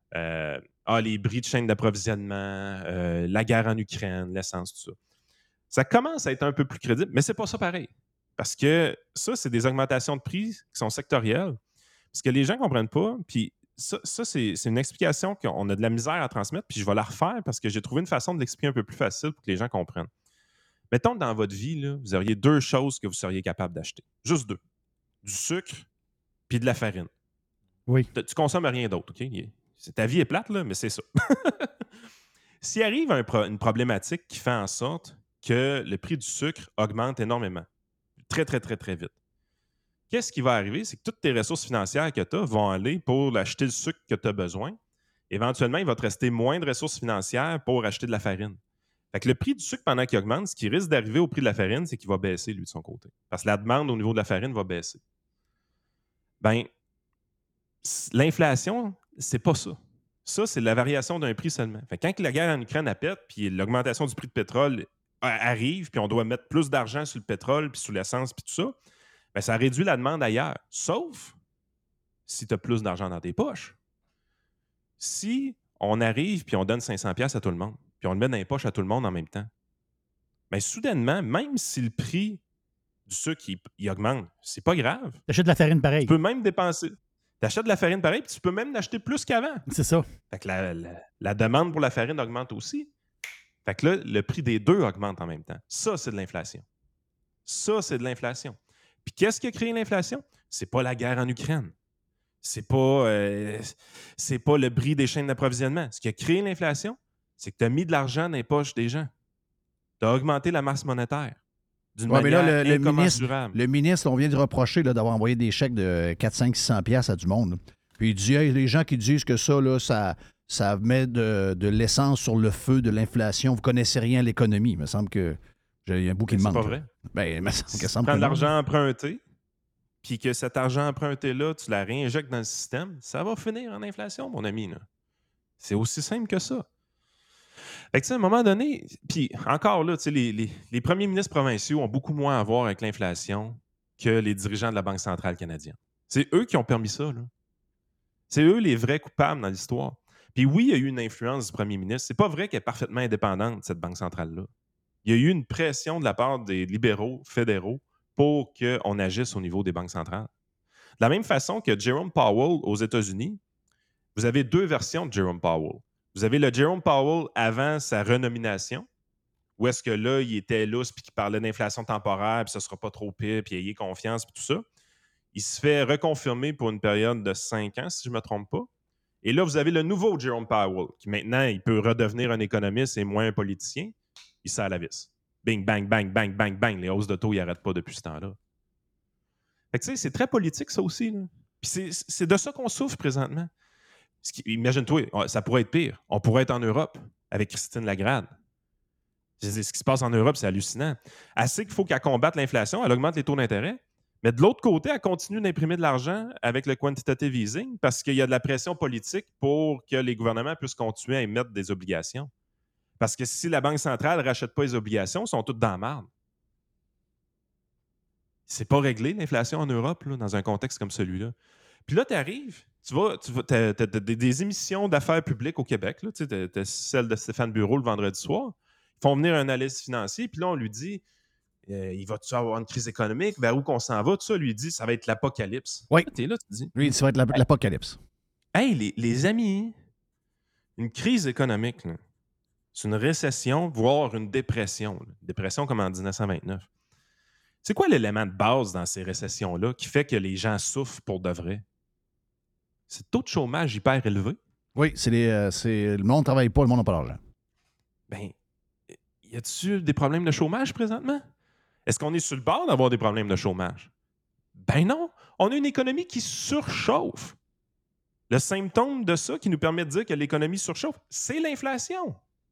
Les bris de chaîne d'approvisionnement, la guerre en Ukraine, l'essence, tout ça. Ça commence à être un peu plus crédible, mais c'est pas ça pareil. Parce que ça, c'est des augmentations de prix qui sont sectorielles. Parce que les gens ne comprennent pas, puis ça c'est une explication qu'on a de la misère à transmettre, puis je vais la refaire parce que j'ai trouvé une façon de l'expliquer un peu plus facile pour que les gens comprennent. Mettons que dans votre vie, là, vous auriez 2 choses que vous seriez capable d'acheter. Juste 2. Du sucre puis de la farine. Oui. Tu consommes rien d'autre, OK? Ta vie est plate, là, mais c'est ça. S'il arrive une problématique qui fait en sorte que le prix du sucre augmente énormément, très, très, très, très vite, qu'est-ce qui va arriver? C'est que toutes tes ressources financières que tu as vont aller pour acheter le sucre que tu as besoin. Éventuellement, il va te rester moins de ressources financières pour acheter de la farine. Fait que le prix du sucre, pendant qu'il augmente, ce qui risque d'arriver au prix de la farine, c'est qu'il va baisser, lui, de son côté. Parce que la demande au niveau de la farine va baisser. Bien, l'inflation, c'est pas ça. Ça, c'est la variation d'un prix seulement. Fait que quand la guerre en Ukraine pète, puis l'augmentation du prix de pétrole arrive, puis on doit mettre plus d'argent sur le pétrole, puis sur l'essence, puis tout ça, bien, ça réduit la demande ailleurs. Sauf si tu as plus d'argent dans tes poches. Si on arrive, puis on donne 500$ à tout le monde, puis on le met dans les poches à tout le monde en même temps, bien, soudainement, même si le prix du sucre il augmente, c'est pas grave. Tu achètes de la farine pareil. Tu peux même dépenser. Tu achètes de la farine pareil, puis tu peux même l'acheter plus qu'avant. C'est ça. Fait que la demande pour la farine augmente aussi. Fait que là, le prix des deux augmente en même temps. Ça, c'est de l'inflation. Puis qu'est-ce qui a créé l'inflation? C'est pas la guerre en Ukraine. C'est pas le bris des chaînes d'approvisionnement. Ce qui a créé l'inflation, c'est que tu as mis de l'argent dans les poches des gens. Tu as augmenté la masse monétaire d'une manière incommensurable. Le ministre, on vient de reprocher là, d'avoir envoyé des chèques de 400-500 piastres à du monde. Là. Puis il dit, hey, les gens qui disent que ça, là, ça met de l'essence sur le feu de l'inflation. Vous ne connaissez rien à l'économie. Il me semble qu'il y a un bout qui me manque. C'est pas vrai. Ben, il me semble que ça me prends de l'argent emprunté, puis que cet argent emprunté-là, tu la réinjectes dans le système, ça va finir en inflation, mon ami. Là. C'est aussi simple que ça. Fait que, à un moment donné, puis encore là, les premiers ministres provinciaux ont beaucoup moins à voir avec l'inflation que les dirigeants de la Banque centrale canadienne. C'est eux qui ont permis ça. Là. C'est eux les vrais coupables dans l'histoire. Puis oui, il y a eu une influence du premier ministre. C'est pas vrai qu'elle est parfaitement indépendante, cette Banque centrale-là. Il y a eu une pression de la part des libéraux fédéraux pour qu'on agisse au niveau des banques centrales. De la même façon que Jerome Powell aux États-Unis, vous avez deux versions de Jerome Powell. Vous avez le Jerome Powell avant sa renomination, où est-ce que là, il était lousse puis qu'il parlait d'inflation temporaire, puis ce ne sera pas trop pire, puis ayez confiance, puis tout ça. Il se fait reconfirmer pour une période de 5 ans, si je ne me trompe pas. Et là, vous avez le nouveau Jerome Powell, qui maintenant, il peut redevenir un économiste et moins un politicien. Il serre la vis. Bing, bang, bang, bang, bang, bang. Les hausses de taux, ils n'arrêtent pas depuis ce temps-là. Fait que, tu sais, c'est très politique, ça aussi. Là. Puis c'est de ça qu'on souffre présentement. Imagine-toi, ça pourrait être pire. On pourrait être en Europe avec Christine Lagarde. Ce qui se passe en Europe, c'est hallucinant. Elle sait qu'il faut qu'elle combatte l'inflation, elle augmente les taux d'intérêt, mais de l'autre côté, elle continue d'imprimer de l'argent avec le quantitative easing parce qu'il y a de la pression politique pour que les gouvernements puissent continuer à émettre des obligations. Parce que si la Banque centrale ne rachète pas les obligations, ils sont toutes dans la marde. C'est pas réglé, l'inflation en Europe, là, dans un contexte comme celui-là. Puis là, tu arrives, t'as des émissions d'affaires publiques au Québec. Tu as celle de Stéphane Bureau le vendredi soir. Ils font venir un analyste financier, puis là, on lui dit il va-tu avoir une crise économique? Vers où qu'on s'en va? Tout ça, lui dit ça va être l'apocalypse. Oui. T'es là, tu dis. Oui, ça va être l'apocalypse. Hey, les amis, une crise économique, là, c'est une récession, voire une dépression. Là. Dépression comme en 1929. C'est quoi l'élément de base dans ces récessions-là qui fait que les gens souffrent pour de vrai? C'est le taux de chômage hyper élevé. Oui, le monde ne travaille pas, le monde n'a pas d'argent. Bien, y a-t-il des problèmes de chômage présentement? Est-ce qu'on est sur le bord d'avoir des problèmes de chômage? Ben non, on a une économie qui surchauffe. Le symptôme de ça qui nous permet de dire que l'économie surchauffe, c'est l'inflation.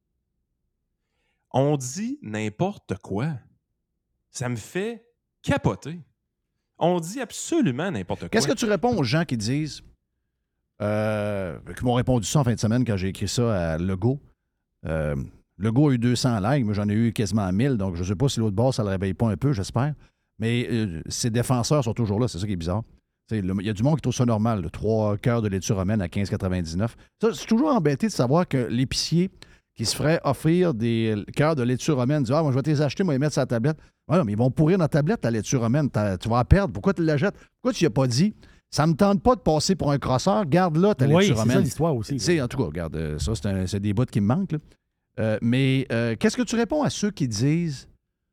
On dit n'importe quoi. Ça me fait capoter. On dit absolument n'importe quoi. Qu'est-ce que tu réponds aux gens qui disent, qui m'ont répondu ça en fin de semaine quand j'ai écrit ça à Legault? Legault a eu 200 likes, moi j'en ai eu quasiment 1000, donc je ne sais pas si l'autre bord, ça ne le réveille pas un peu, j'espère. Mais ses défenseurs sont toujours là, c'est ça qui est bizarre. Il y a du monde qui trouve ça normal, le 3 cœurs de laitue romaine à 15,99. Ça, je suis toujours embêté de savoir que l'épicier qui se ferait offrir des cœurs de laitue romaine dit « Ah, moi je vais te les acheter, moi les mettre sur la tablette. » Ouais, mais ils vont pourrir dans la tablette, ta laitue romaine. Tu vas la perdre. Pourquoi tu la jettes? Pourquoi tu n'y as pas dit « Ça ne me tente pas de passer pour un crosseur, garde-la ta laitue romaine. » Oui, c'est ça l'histoire aussi. En tout cas, regarde, ça, c'est des bouts qui me manquent. Là. Mais qu'est-ce que tu réponds à ceux qui disent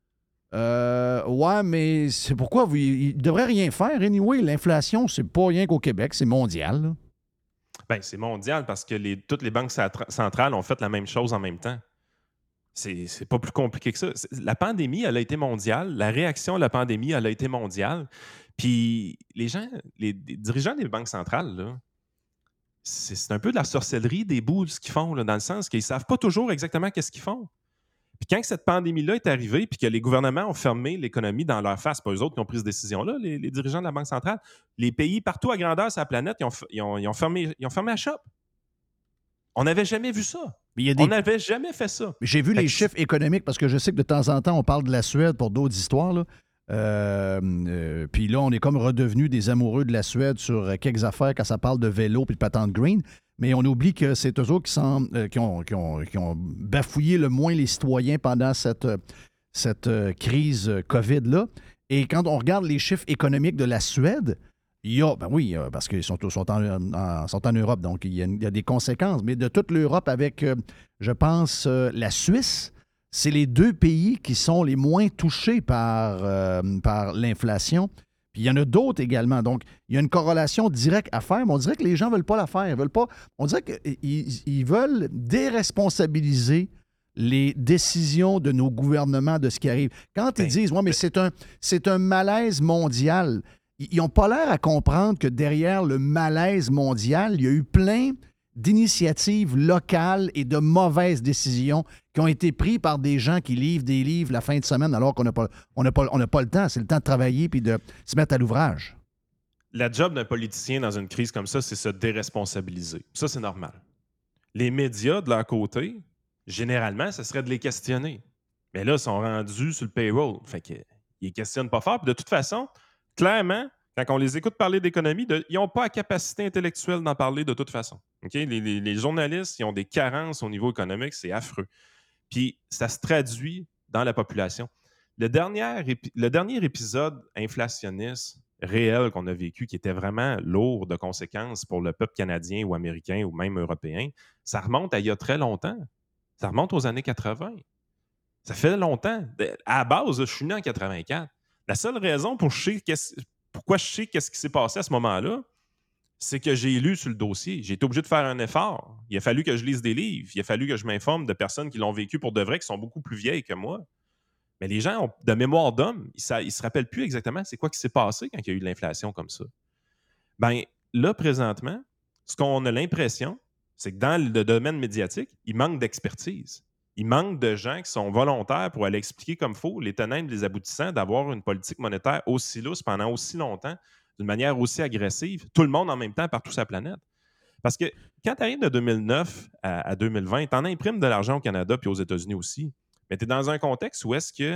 ouais, mais c'est pourquoi ils ne devraient rien faire. Anyway, l'inflation, c'est pas rien qu'au Québec, c'est mondial. Là. Ben, c'est mondial parce que toutes les banques centrales ont fait la même chose en même temps. C'est pas plus compliqué que ça. La pandémie, elle a été mondiale. La réaction à la pandémie, elle a été mondiale. Puis les dirigeants des banques centrales, là, c'est un peu de la sorcellerie des bouts de ce qu'ils font, là, dans le sens qu'ils ne savent pas toujours exactement qu'est-ce qu'ils font. Puis quand cette pandémie-là est arrivée, puis que les gouvernements ont fermé l'économie dans leur face, pas eux autres qui ont pris cette décision-là, les dirigeants de la Banque centrale, les pays partout à grandeur sur la planète, ils ont fermé la shop. On n'avait jamais vu ça. On n'avait jamais fait ça. J'ai vu les chiffres économiques, parce que je sais que de temps en temps, on parle de la Suède pour d'autres histoires, là. Puis là, on est comme redevenu des amoureux de la Suède sur quelques affaires quand ça parle de vélo et de patente green. Mais on oublie que c'est eux autres qui ont bafouillé le moins les citoyens pendant cette crise COVID-là. Et quand on regarde les chiffres économiques de la Suède, il y a, parce qu'ils sont en Europe, donc il y a des conséquences. Mais de toute l'Europe avec, je pense, la Suisse, c'est les deux pays qui sont les moins touchés par l'inflation. Puis il y en a d'autres également. Donc, il y a une corrélation directe à faire, mais on dirait que les gens ne veulent pas la faire. Ils veulent pas. On dirait qu'ils veulent déresponsabiliser les décisions de nos gouvernements de ce qui arrive. Quand ils disent, ouais, mais c'est un malaise mondial, ils n'ont pas l'air à comprendre que derrière le malaise mondial, il y a eu plein d'initiatives locales et de mauvaises décisions qui ont été prises par des gens qui livrent des livres la fin de semaine alors qu'on n'a pas le temps. C'est le temps de travailler puis de se mettre à l'ouvrage. La job d'un politicien dans une crise comme ça, c'est se déresponsabiliser. Ça, c'est normal. Les médias, de leur côté, généralement, ce serait de les questionner. Mais là, ils sont rendus sur le payroll. Fait qu'ils les questionnent pas fort. Puis de toute façon, clairement, quand on les écoute parler d'économie, ils n'ont pas la capacité intellectuelle d'en parler de toute façon. Okay? Les journalistes, ils ont des carences au niveau économique, c'est affreux. Puis ça se traduit dans la population. Le dernier épisode inflationniste réel qu'on a vécu, qui était vraiment lourd de conséquences pour le peuple canadien ou américain ou même européen, ça remonte à il y a très longtemps. Ça remonte aux années 80. Ça fait longtemps. À la base, je suis né en 84. La seule raison pourquoi je sais qu'est-ce qui s'est passé à ce moment-là, c'est que j'ai lu sur le dossier. J'ai été obligé de faire un effort. Il a fallu que je lise des livres. Il a fallu que je m'informe de personnes qui l'ont vécu pour de vrai, qui sont beaucoup plus vieilles que moi. Mais les gens ont de mémoire d'homme. Ils ne se rappellent plus exactement c'est quoi qui s'est passé quand il y a eu de l'inflation comme ça. Bien, là, présentement, ce qu'on a l'impression, c'est que dans le domaine médiatique, il manque d'expertise. Il manque de gens qui sont volontaires pour aller expliquer comme il faut les tenants et les aboutissants d'avoir une politique monétaire aussi lousse pendant aussi longtemps, d'une manière aussi agressive, tout le monde en même temps partout sur la planète. Parce que quand tu arrives de 2009 à 2020, tu en imprimes de l'argent au Canada puis aux États-Unis aussi. Mais tu es dans un contexte où est-ce que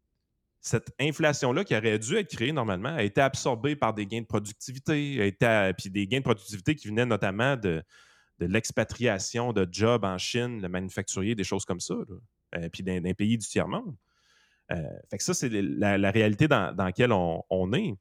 cette inflation-là qui aurait dû être créée normalement a été absorbée par des gains de productivité, puis des gains de productivité qui venaient notamment de l'expatriation de jobs en Chine, le manufacturier, des choses comme ça, puis d'un pays du tiers-monde. Fait que ça, c'est la réalité dans laquelle on est.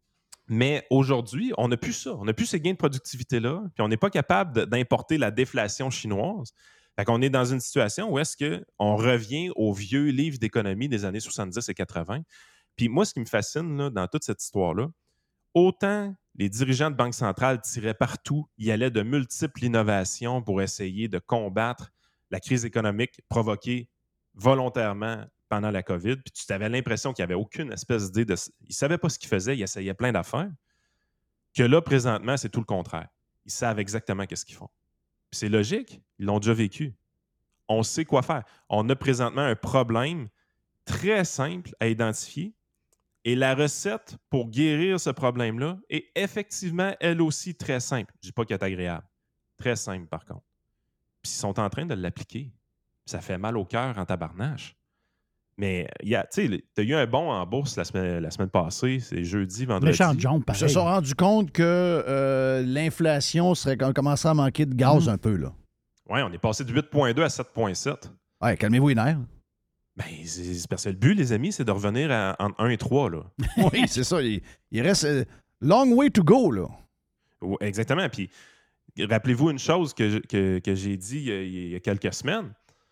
Mais aujourd'hui, on n'a plus ça. On n'a plus ces gains de productivité-là, puis on n'est pas capable d'importer la déflation chinoise. Fait qu'on est dans une situation où est-ce qu'on revient aux vieux livres d'économie des années 70 et 80. Puis moi, ce qui me fascine là, dans toute cette histoire-là, autant les dirigeants de banque centrale tiraient partout, il y allait de multiples innovations pour essayer de combattre la crise économique provoquée volontairement pendant la COVID, puis tu avais l'impression qu'il n'y avait aucune espèce d'idée ils ne savaient pas ce qu'ils faisaient, ils essayaient plein d'affaires, que là, présentement, c'est tout le contraire. Ils savent exactement ce qu'ils font. Puis c'est logique, ils l'ont déjà vécu. On sait quoi faire. On a présentement un problème très simple à identifier, et la recette pour guérir ce problème-là est effectivement, elle aussi, très simple. Je ne dis pas qu'elle est agréable. Très simple, par contre. Puis ils sont en train de l'appliquer. Ça fait mal au cœur en tabarnache. Mais tu as eu un bond en bourse la semaine passée, c'est jeudi, vendredi. Méchant jump, pareil. Ils se sont rendus compte que l'inflation commençait à manquer de gaz un peu, là. Oui, on est passé de 8,2 à 7,7. Ouais, calmez-vous les nerfs. Ben, c'est parce que le but, les amis, c'est de revenir entre 1 et 3, là. Oui, c'est ça. Il reste long way to go, là. Oui, exactement. Puis, rappelez-vous une chose que j'ai dit il y a quelques semaines.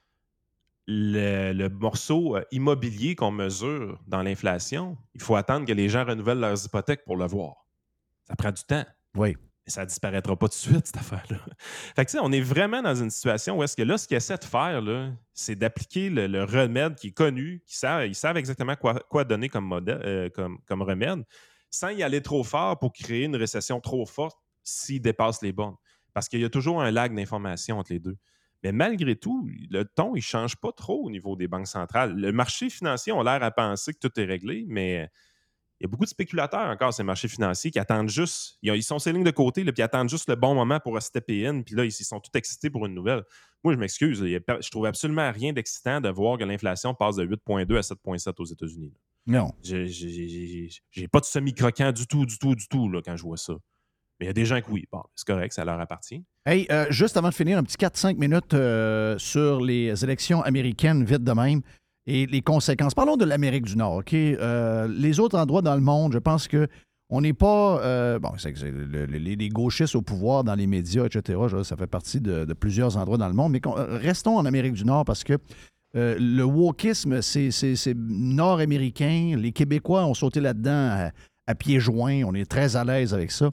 Le morceau immobilier qu'on mesure dans l'inflation, il faut attendre que les gens renouvellent leurs hypothèques pour le voir. Ça prend du temps. Oui. Mais ça ne disparaîtra pas tout de suite, cette affaire-là. Fait que, tu sais, on est vraiment dans une situation où est-ce que là, ce qu'ils essaient de faire, là, c'est d'appliquer le remède qui est connu, ils savent exactement quoi donner comme remède, sans y aller trop fort pour créer une récession trop forte s'ils dépassent les bornes. Parce qu'il y a toujours un lag d'information entre les deux. Mais malgré tout, le ton, il ne change pas trop au niveau des banques centrales. Le marché financier a l'air à penser que tout est réglé, mais il y a beaucoup de spéculateurs encore, ces marchés financiers, qui attendent juste, ils sont ces lignes de côté, là, puis ils attendent juste le bon moment pour stepper in, puis là, ils sont tous excités pour une nouvelle. Moi, je m'excuse, je trouve absolument rien d'excitant de voir que l'inflation passe de 8,2 à 7,7 aux États-Unis. Là. Non. J'ai pas de semi-croquant du tout là, quand je vois ça. Mais il y a des gens qui oui, bon, c'est correct, ça leur appartient. Hey, juste avant de finir, un petit 4-5 minutes sur les élections américaines, vite de même, et les conséquences. Parlons de l'Amérique du Nord, OK? Les autres endroits dans le monde, je pense qu'on n'est pas... les gauchistes au pouvoir dans les médias, etc., ça fait partie de plusieurs endroits dans le monde, mais restons en Amérique du Nord parce que Le wokisme, c'est nord-américain. Les Québécois ont sauté là-dedans à pieds joints. On est très à l'aise avec ça.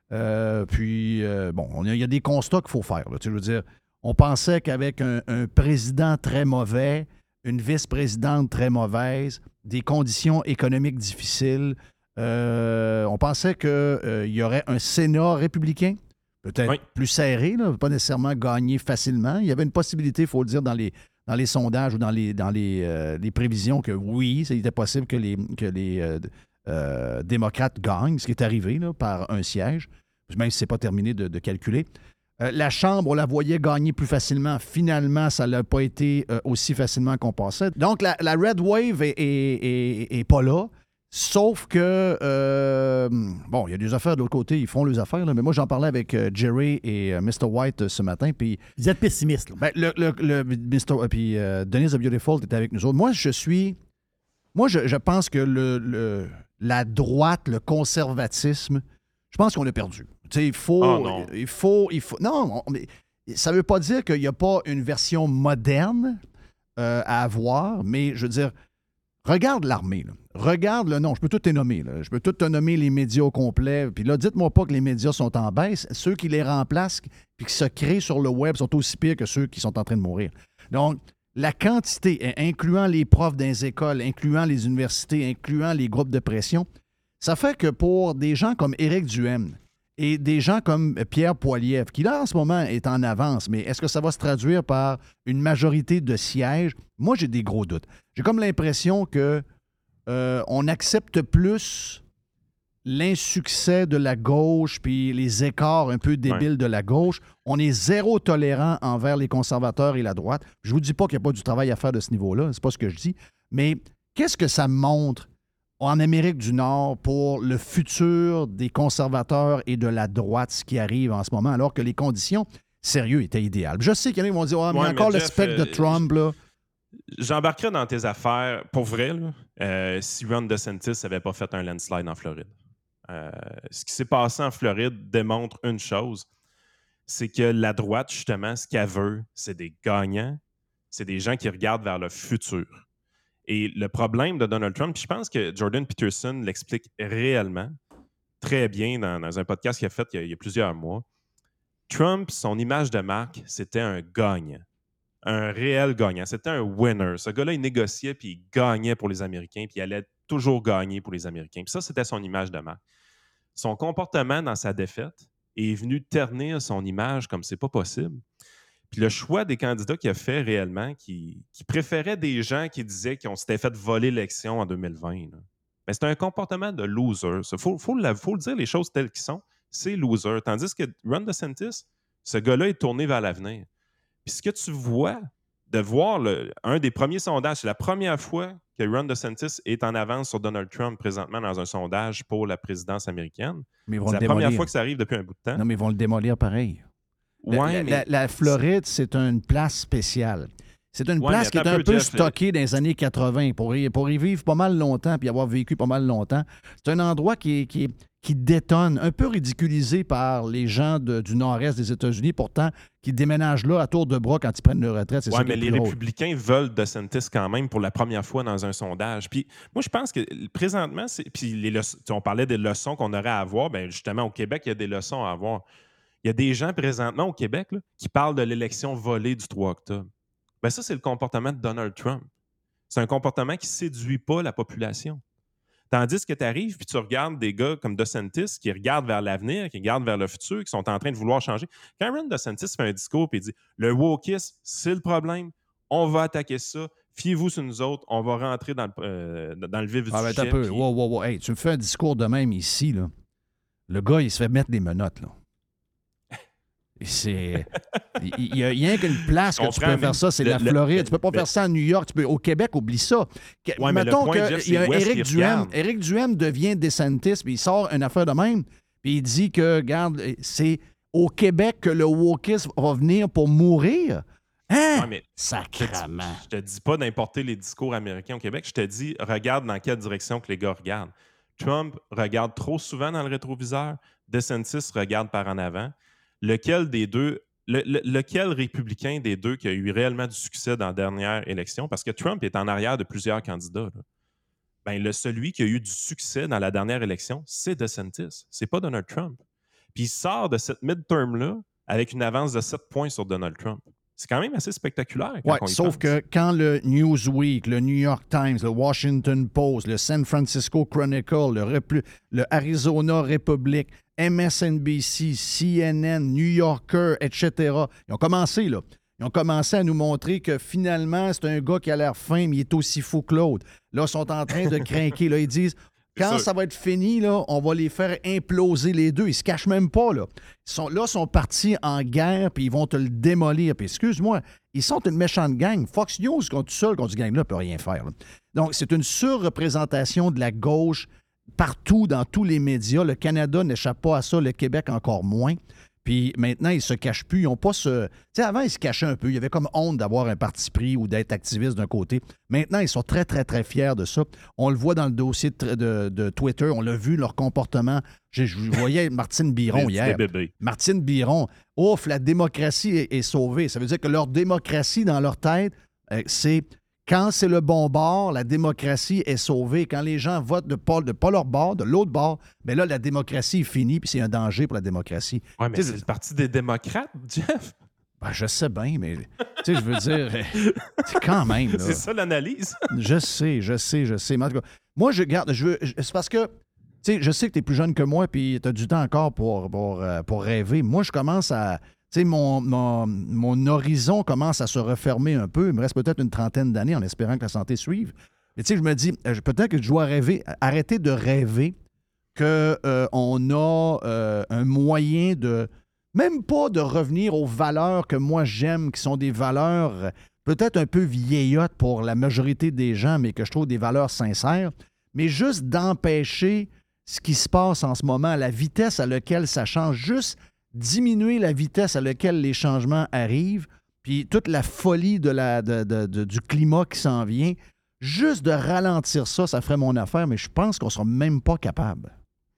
Puis, il y a des constats qu'il faut faire. Là. Tu sais, je veux dire, on pensait qu'avec un président très mauvais, une vice-présidente très mauvaise, des conditions économiques difficiles, on pensait qu'il y aurait un Sénat républicain, peut-être plus serré, là, pas nécessairement gagné facilement. Il y avait une possibilité, il faut le dire, dans les sondages ou dans les prévisions que oui, il était possible que les démocrates gagnent, ce qui est arrivé là, par un siège, même si ce n'est pas terminé de calculer. La Chambre, on la voyait gagner plus facilement. Finalement, ça n'a pas été aussi facilement qu'on pensait. Donc, la Red Wave est pas là. Sauf que, il y a des affaires de l'autre côté. Ils font leurs affaires. Là, mais moi, j'en parlais avec Jerry et Mr. White ce matin. Puis, vous êtes pessimiste. Ben, puis Denise the Beautiful était avec nous autres. Moi, je pense que la droite, le conservatisme, je pense qu'on l'a perdu. Il faut. Non, mais ça ne veut pas dire qu'il n'y a pas une version moderne à avoir, mais je veux dire, regarde l'armée. Là. Regarde le nom. Je peux tout te nommer. Là. Je peux tout te nommer les médias au complet. Puis là, dites-moi pas que les médias sont en baisse. Ceux qui les remplacent puis qui se créent sur le web sont aussi pires que ceux qui sont en train de mourir. Donc, la quantité, incluant les profs dans les écoles, incluant les universités, incluant les groupes de pression, ça fait que pour des gens comme Éric Duhaime, et des gens comme Pierre Poilievre, qui là, en ce moment, est en avance, mais est-ce que ça va se traduire par une majorité de sièges? Moi, j'ai des gros doutes. J'ai comme l'impression que on accepte plus l'insuccès de la gauche puis les écarts un peu débiles de la gauche. On est zéro tolérant envers les conservateurs et la droite. Je vous dis pas qu'il n'y a pas du travail à faire de ce niveau-là, c'est pas ce que je dis, mais qu'est-ce que ça montre en Amérique du Nord pour le futur des conservateurs et de la droite, ce qui arrive en ce moment, alors que les conditions, sérieux, étaient idéales. Je sais qu'il y en a qui vont dire « mais encore le spectre de Trump, là. » J'embarquerais dans tes affaires, pour vrai, là, si Ron DeSantis n'avait pas fait un landslide en Floride. Ce qui s'est passé en Floride démontre une chose, c'est que la droite, justement, ce qu'elle veut, c'est des gagnants, c'est des gens qui regardent vers le futur. Et le problème de Donald Trump, puis je pense que Jordan Peterson l'explique réellement très bien dans un podcast qu'il a fait il y a plusieurs mois. Trump, son image de marque, c'était un gagnant. Un réel gagnant. C'était un winner. Ce gars-là, il négociait puis il gagnait pour les Américains puis il allait toujours gagner pour les Américains. Puis ça, c'était son image de marque. Son comportement dans sa défaite est venu ternir son image comme c'est pas possible. Puis le choix des candidats qu'il a fait réellement, qui préféraient des gens qui disaient qu'on s'était fait voler l'élection en 2020. Là. Mais c'est un comportement de loser. Il faut le dire, les choses telles qu'elles sont. C'est loser. Tandis que Ron DeSantis, ce gars-là est tourné vers l'avenir. Puis ce que tu vois, de voir un des premiers sondages, c'est la première fois que Ron DeSantis est en avance sur Donald Trump présentement dans un sondage pour la présidence américaine. C'est la première fois que ça arrive depuis un bout de temps. Non, mais ils vont le démolir pareil. La Floride, c'est une place spéciale. C'est une place qui est un peu stockée dans les années 80 pour y vivre pas mal longtemps puis avoir vécu pas mal longtemps. C'est un endroit qui détonne, un peu ridiculisé par les gens du nord-est des États-Unis, pourtant, qui déménagent là à tour de bras quand ils prennent leur retraite. Oui, mais les républicains veulent DeSantis quand même pour la première fois dans un sondage. Puis moi, je pense que présentement, on parlait des leçons qu'on aurait à avoir. Bien, justement, au Québec, il y a des leçons à avoir. Il y a des gens présentement au Québec là, qui parlent de l'élection volée du 3 octobre. Bien, ça, c'est le comportement de Donald Trump. C'est un comportement qui ne séduit pas la population. Tandis que tu arrives puis tu regardes des gars comme DeSantis qui regardent vers l'avenir, qui regardent vers le futur, qui sont en train de vouloir changer. Quand Ron DeSantis fait un discours et il dit « Le wokisme, c'est le problème. On va attaquer ça. Fiez-vous sur nous autres. On va rentrer dans le vif du sujet. » Un peu. Wow. Hey, tu me fais un discours de même ici. Là. Le gars, il se fait mettre des menottes. Là. Il y a rien qu'une place que tu peux faire ça, c'est la Floride. Tu peux pas faire ça à New York. Au Québec, oublie ça. Ouais, mettons qu'il y a Éric Duhaime. Éric Duhaime devient DeSantis, puis il sort une affaire de même, puis il dit que, regarde, c'est au Québec que le wokisme va venir pour mourir. Hein? Ouais, sacrément. Je te dis pas d'importer les discours américains au Québec. Je te dis, regarde dans quelle direction que les gars regardent. Trump regarde trop souvent dans le rétroviseur. DeSantis regarde par en avant. Lequel des deux lequel républicain des deux qui a eu réellement du succès dans la dernière élection? Parce que Trump est en arrière de plusieurs candidats. Là. Ben, celui qui a eu du succès dans la dernière élection, c'est DeSantis. C'est pas Donald Trump. Puis il sort de cette midterm-là avec une avance de 7 points sur Donald Trump. C'est quand même assez spectaculaire. Sauf que quand le Newsweek, le New York Times, le Washington Post, le San Francisco Chronicle, le Arizona Republic, MSNBC, CNN, New Yorker, etc., ils ont commencé, là. Ils ont commencé à nous montrer que finalement, c'est un gars qui a l'air fin, mais il est aussi fou que l'autre. Là, ils sont en train de craquer. Là, ils disent, quand ça va être fini, là, on va les faire imploser les deux. Ils se cachent même pas, là. Ils sont partis en guerre, puis ils vont te le démolir. Puis excuse-moi, ils sont une méchante gang. Fox News, tout seul contre ce gang-là, ne peut rien faire. Là. Donc, c'est une surreprésentation de la gauche partout, dans tous les médias. Le Canada n'échappe pas à ça, le Québec encore moins. Puis maintenant, ils ne se cachent plus. Ils n'ont pas ce... Tu sais, avant, ils se cachaient un peu. Il y avait comme honte d'avoir un parti pris ou d'être activiste d'un côté. Maintenant, ils sont très, très, très fiers de ça. On le voit dans le dossier de Twitter. On l'a vu, leur comportement. Je voyais Martine Biron hier. Martine Biron. Ouf, la démocratie est sauvée. Ça veut dire que leur démocratie, dans leur tête, c'est... Quand c'est le bon bord, la démocratie est sauvée. Quand les gens votent de pas leur bord, de l'autre bord, bien là, la démocratie est finie, puis c'est un danger pour la démocratie. Oui, mais c'est le parti des démocrates, Jeff. Ben, je sais bien, mais tu sais, je veux dire, c'est quand même. Là. C'est ça l'analyse. Je sais. Mais en tout cas, moi, c'est parce que, tu sais, je sais que tu es plus jeune que moi, puis tu as du temps encore pour rêver. Moi, je commence à... Tu sais, mon horizon commence à se refermer un peu. Il me reste peut-être une trentaine d'années en espérant que la santé suive. Mais tu sais, je me dis, peut-être que je dois arrêter de rêver qu'on a un moyen de, même pas de revenir aux valeurs que moi j'aime, qui sont des valeurs peut-être un peu vieillottes pour la majorité des gens, mais que je trouve des valeurs sincères, mais juste d'empêcher ce qui se passe en ce moment, la vitesse à laquelle ça change, juste diminuer la vitesse à laquelle les changements arrivent, puis toute la folie du climat qui s'en vient, juste de ralentir ça, ça ferait mon affaire, mais je pense qu'on ne sera même pas capable.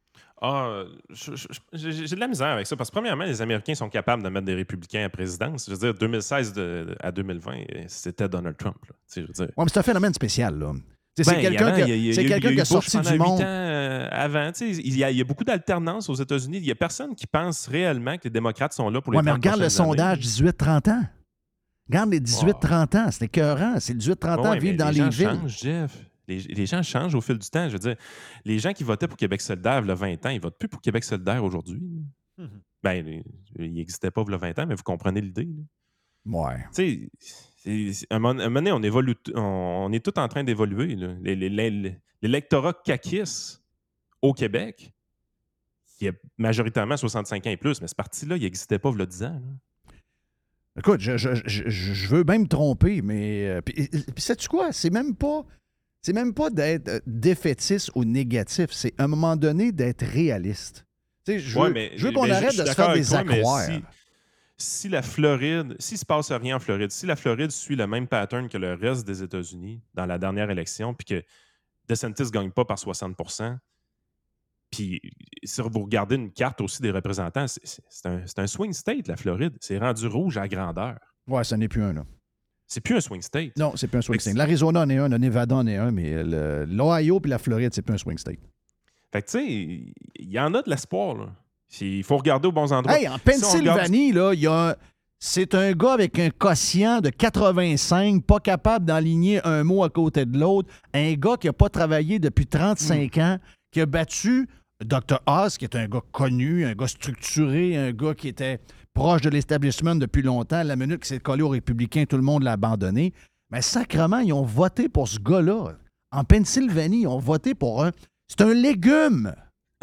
J'ai de la misère avec ça, parce que premièrement, les Américains sont capables de mettre des républicains à la présidence. Je veux dire, 2016 à 2020, c'était Donald Trump. Oui, mais c'est un phénomène spécial, là. C'est quelqu'un qui a sorti du monde. 8 ans avant. Il y a beaucoup d'alternance aux États-Unis. Il n'y a personne qui pense réellement que les démocrates sont là pour les 30 prochaines années. Mais regarde le sondage 18-30 ans. Regarde les 18-30 ans. C'est écœurant. C'est le 18-30 ans vivre dans les villes. Les gens changent, Jeff. Les gens changent au fil du temps. Je veux dire, les gens qui votaient pour Québec solidaire il y a 20 ans, ils ne votent plus pour Québec solidaire aujourd'hui. Ben, il n'existait pas il y a 20 ans, mais vous comprenez l'idée. Ouais. Tu sais, à un moment donné, on évolue, on est tous en train d'évoluer. L'électorat caquiste au Québec, qui est majoritairement 65 ans et plus, mais ce parti-là, il n'existait pas il y a 10 ans. Là. Écoute, je veux même me tromper, mais... Puis sais-tu quoi? C'est même pas d'être défaitiste ou négatif. C'est à un moment donné d'être réaliste. Tu sais, je veux qu'on arrête de se faire des accroires. Si la Floride, s'il ne se passe rien en Floride, si la Floride suit le même pattern que le reste des États-Unis dans la dernière élection, puis que DeSantis ne gagne pas par 60%, puis si vous regardez une carte aussi des représentants, c'est un swing state, la Floride. C'est rendu rouge à grandeur. Ouais, ça n'est plus un, là. C'est plus un swing state. Non, c'est plus un swing state. L'Arizona en est un, le Nevada en est un, mais l'Ohio puis la Floride, c'est plus un swing state. Fait que, tu sais, il y en a de l'espoir, là. Il faut regarder aux bons endroits. Hey, en Pennsylvanie, là, c'est un gars avec un quotient de 85, pas capable d'enligner un mot à côté de l'autre. Un gars qui n'a pas travaillé depuis 35 ans, qui a battu Dr. Oz, qui est un gars connu, un gars structuré, un gars qui était proche de l'establishment depuis longtemps. La minute qu'il s'est collé aux républicains, tout le monde l'a abandonné. Mais sacrément, ils ont voté pour ce gars-là. En Pennsylvanie, ils ont voté pour un... C'est un légume!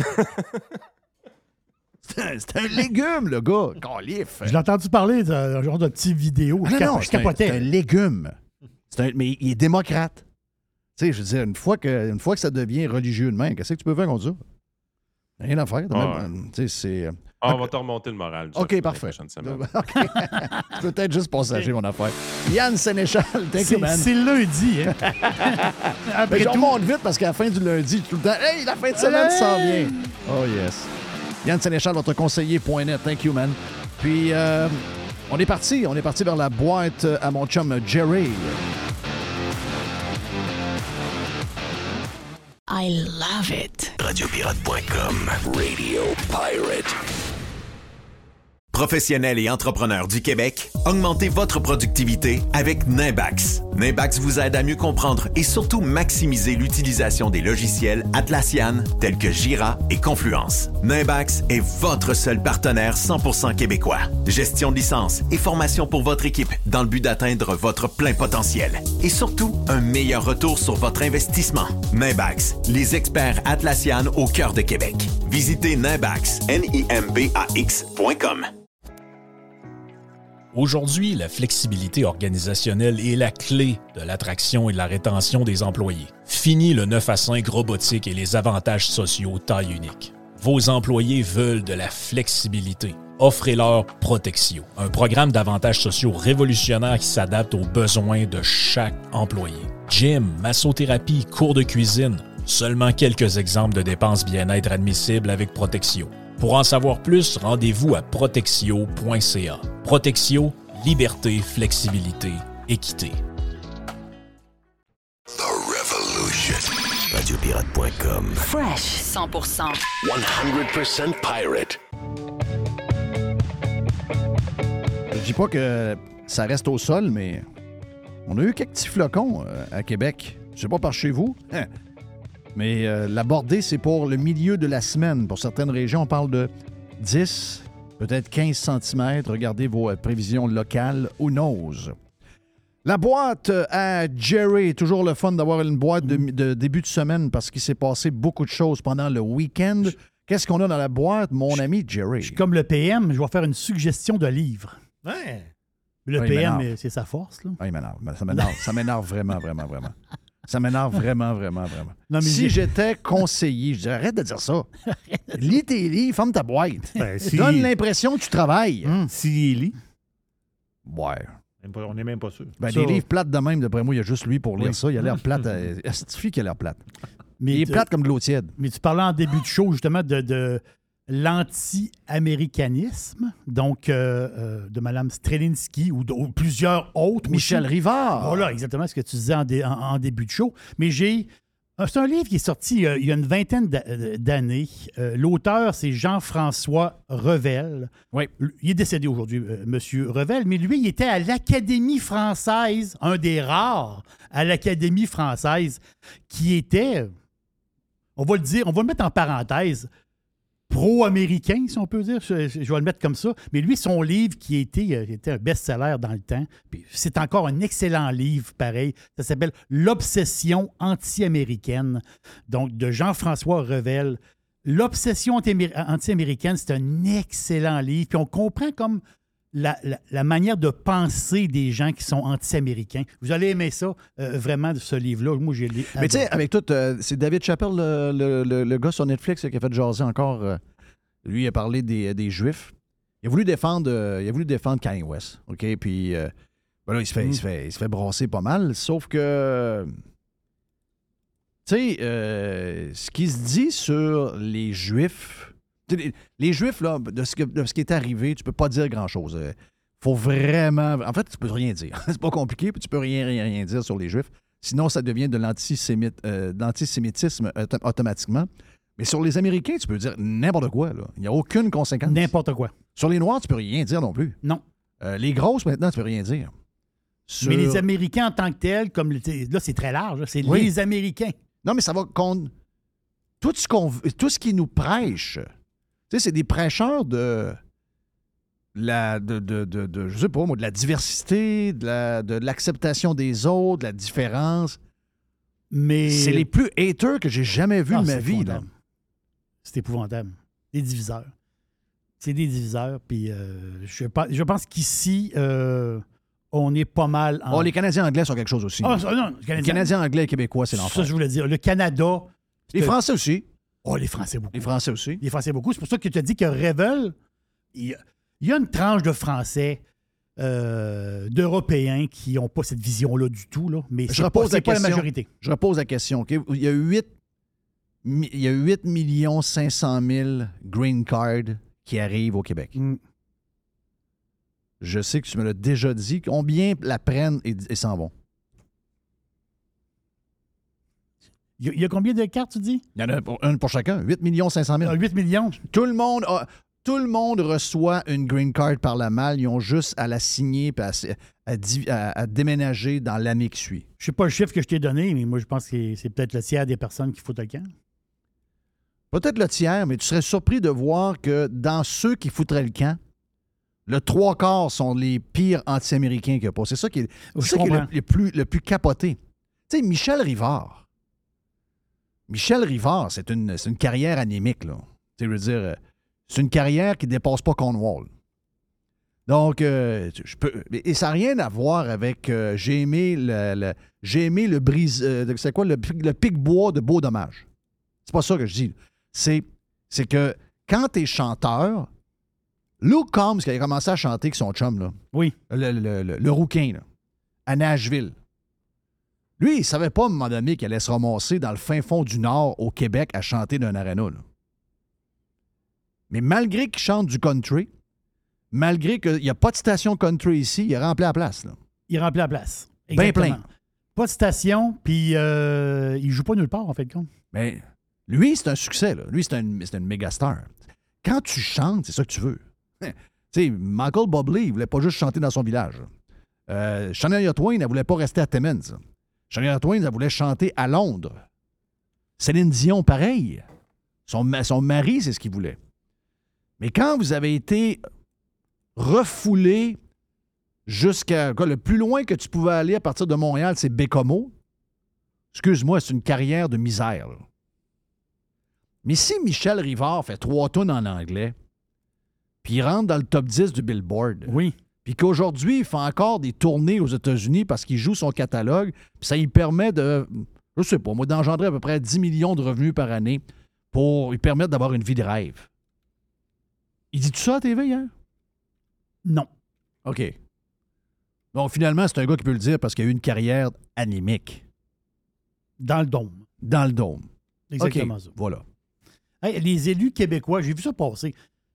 C'est un légume, le gars. Calif. Je l'ai entendu parler d'un genre de petite vidéo. Je capotais. C'est un légume. Mais il est démocrate. Tu sais, je veux dire, une fois que ça devient religieux de même, qu'est-ce que tu peux faire contre ça? Rien à faire. On va te remonter le moral. OK, parfait. Okay. Peut-être juste passager, mon affaire. Yann Sénéchal, thank you, man. C'est lundi, hein? Après tout, on monte vite parce qu'à la fin du lundi, tout le temps, hey, la fin de semaine s'en vient. Oh, yes. Yann Sénéchal, votre conseiller.net. Thank you, man. Puis, On est parti vers la boîte à mon chum Jerry. I love it. Radiopirate.com. Radio Pirate. Professionnels et entrepreneurs du Québec, augmentez votre productivité avec Nimbax. Nimbax vous aide à mieux comprendre et surtout maximiser l'utilisation des logiciels Atlassian tels que Jira et Confluence. Nimbax est votre seul partenaire 100% québécois. Gestion de licence et formation pour votre équipe dans le but d'atteindre votre plein potentiel. Et surtout, un meilleur retour sur votre investissement. Nimbax, les experts Atlassian au cœur de Québec. Visitez Nimbax, nimbax.com. Aujourd'hui, la flexibilité organisationnelle est la clé de l'attraction et de la rétention des employés. Fini le 9 à 5 robotique et les avantages sociaux taille unique. Vos employés veulent de la flexibilité. Offrez-leur Protexio, un programme d'avantages sociaux révolutionnaire qui s'adapte aux besoins de chaque employé. Gym, massothérapie, cours de cuisine, seulement quelques exemples de dépenses bien-être admissibles avec Protexio. Pour en savoir plus, rendez-vous à protexio.ca. Protexio, liberté, flexibilité, équité. The Revolution. Radiopirate.com. Fresh 100%. 100% pirate. Je dis pas que ça reste au sol, mais on a eu quelques petits flocons à Québec. Je sais pas par chez vous. Mais la bordée, c'est pour le milieu de la semaine. Pour certaines régions, on parle de 10, peut-être 15 cm. Regardez vos prévisions locales. Who knows? La boîte à Jerry. Toujours le fun d'avoir une boîte de début de semaine parce qu'il s'est passé beaucoup de choses pendant le week-end. Qu'est-ce qu'on a dans la boîte, mon ami Jerry? Je suis comme le PM, je vais faire une suggestion de livre. Ouais. Le PM, c'est sa force. Là. Il m'énerve. Ça m'énerve vraiment, vraiment, vraiment. Ça m'énerve vraiment, vraiment, vraiment. Non, mais si j'étais conseiller, je dirais arrête de dire ça. Lis tes livres, ferme ta boîte. Donne l'impression que tu travailles. S'il lit. Ouais. On n'est même pas sûr. Des livres plates de même, d'après moi, il y a juste lui pour lire ça. Il a l'air plate. Est-ce qu'il a l'air plate? Mais il est plate comme de l'eau tiède. Mais tu parlais en début de show, justement, de l'anti-américanisme, donc de Mme Strelinsky ou plusieurs autres. Michel Rivard. Voilà, exactement ce que tu disais en début de show. Mais c'est un livre qui est sorti il y a une vingtaine d'années. L'auteur, c'est Jean-François Revel. Oui. Il est décédé aujourd'hui, M. Revel, mais lui, il était à l'Académie française, un des rares à l'Académie française, qui était, on va le dire, on va le mettre en parenthèse, pro-américain, si on peut dire. Je vais le mettre comme ça. Mais lui, son livre qui était un best-seller dans le temps, puis c'est encore un excellent livre, pareil. Ça s'appelle « L'obsession anti-américaine », donc de Jean-François Revel. L'obsession anti-américaine, c'est un excellent livre. Puis on comprend comme la manière de penser des gens qui sont anti-américains. Vous allez aimer ça, vraiment, ce livre-là. Moi, j'ai lu. Mais tu sais, avec tout, c'est David Chappelle, le gars sur Netflix qui a fait jaser encore. Lui, il a parlé des Juifs. Il a voulu défendre Kanye West. OK? Puis, là, il se fait brasser pas mal. Sauf que, tu sais, ce qui se dit sur les Juifs. Les Juifs, là, de ce qui est arrivé, tu peux pas dire grand-chose. Faut vraiment... En fait, tu peux rien dire. C'est pas compliqué, puis tu peux rien dire sur les Juifs. Sinon, ça devient de l'antisémitisme automatiquement. Mais sur les Américains, tu peux dire n'importe quoi. Là. Il n'y a aucune conséquence. N'importe quoi. Sur les Noirs, tu peux rien dire non plus. Non. Les grosses, maintenant, tu peux rien dire. Mais les Américains en tant que tels, comme là, c'est très large. C'est les Américains. Non, mais ça va contre tout ce qui nous prêche. Tu sais, c'est des prêcheurs de je sais pas moi, de la diversité, de l'acceptation des autres, de la différence. Mais c'est les plus haters que j'ai jamais vus de ma vie. Là. C'est épouvantable. Des diviseurs. C'est des diviseurs. Puis je pense qu'ici, on est pas mal en... les Canadiens anglais sont quelque chose aussi. Non, les Canadiens anglais et québécois, c'est l'enfer. Ça, je voulais dire. Le Canada... Les Français aussi. Oh, les Français beaucoup. Les Français aussi. Les Français beaucoup. C'est pour ça que tu as dit que Revel, il y a une tranche de Français, d'Européens qui n'ont pas cette vision-là du tout. Là. Mais c'est pas la majorité. Je repose la question. Okay? Il y a 8 500 000 green cards qui arrivent au Québec. Je sais que tu me l'as déjà dit. Combien la prennent et s'en vont? Il y a combien de cartes, tu dis? Il y en a une pour chacun. 8 500 000. 8 millions? Tout le monde reçoit une green card par la malle. Ils ont juste à la signer et à déménager dans l'année qui suit. Je sais pas le chiffre que je t'ai donné, mais moi, je pense que c'est peut-être le tiers des personnes qui foutent le camp. Peut-être le tiers, mais tu serais surpris de voir que dans ceux qui foutraient le camp, le 3/4 sont les pires anti-américains qu'il n'y a pas. C'est ça qui est, le plus capoté. Tu sais, Michel Rivard, c'est une carrière anémique, là. Tu sais, je veux dire, c'est une carrière qui ne dépasse pas Cornwall. Donc, et ça n'a rien à voir avec j'ai aimé le c'est quoi, le pic-bois de Beau Dommage. C'est pas ça que je dis. C'est que quand tu es chanteur, Luke Combs, qui a commencé à chanter avec son chum, là, oui. le rouquin, là, à Nashville, lui, il ne savait pas à un moment donné qu'il allait se ramasser dans le fin fond du Nord, au Québec, à chanter d'un aréna. Là. Mais malgré qu'il chante du country, malgré qu'il n'y a pas de station country ici, il a rempli la place. Là. Il remplit la place. Bien plein. Pas de station, puis il joue pas nulle part, en fait, compte. Mais lui, c'est un succès. Là. Lui, c'est une méga star. Quand tu chantes, c'est ça que tu veux. Tu sais, Michael Bublé, il voulait pas juste chanter dans son village. Shania Twain, elle voulait pas rester à Timmins. Shania Twain, elle voulait chanter à Londres. Céline Dion, pareil. Son mari, c'est ce qu'il voulait. Mais quand vous avez été refoulé jusqu'à... Le plus loin que tu pouvais aller à partir de Montréal, c'est Bécomo. Excuse-moi, c'est une carrière de misère. Là. Mais si Michel Rivard fait 3 tonnes en anglais, puis il rentre dans le top 10 du Billboard, oui. Puis qu'aujourd'hui, il fait encore des tournées aux États-Unis parce qu'il joue son catalogue, puis ça lui permet de, je sais pas, moi, d'engendrer à peu près 10 millions de revenus par année pour lui permettre d'avoir une vie de rêve. Il dit tout ça à TV hier? Non. OK. Donc, finalement, c'est un gars qui peut le dire parce qu'il a eu une carrière anémique. Dans le dôme. Dans le dôme. Exactement okay. ça. Voilà. Hey, les élus québécois, j'ai vu ça passer.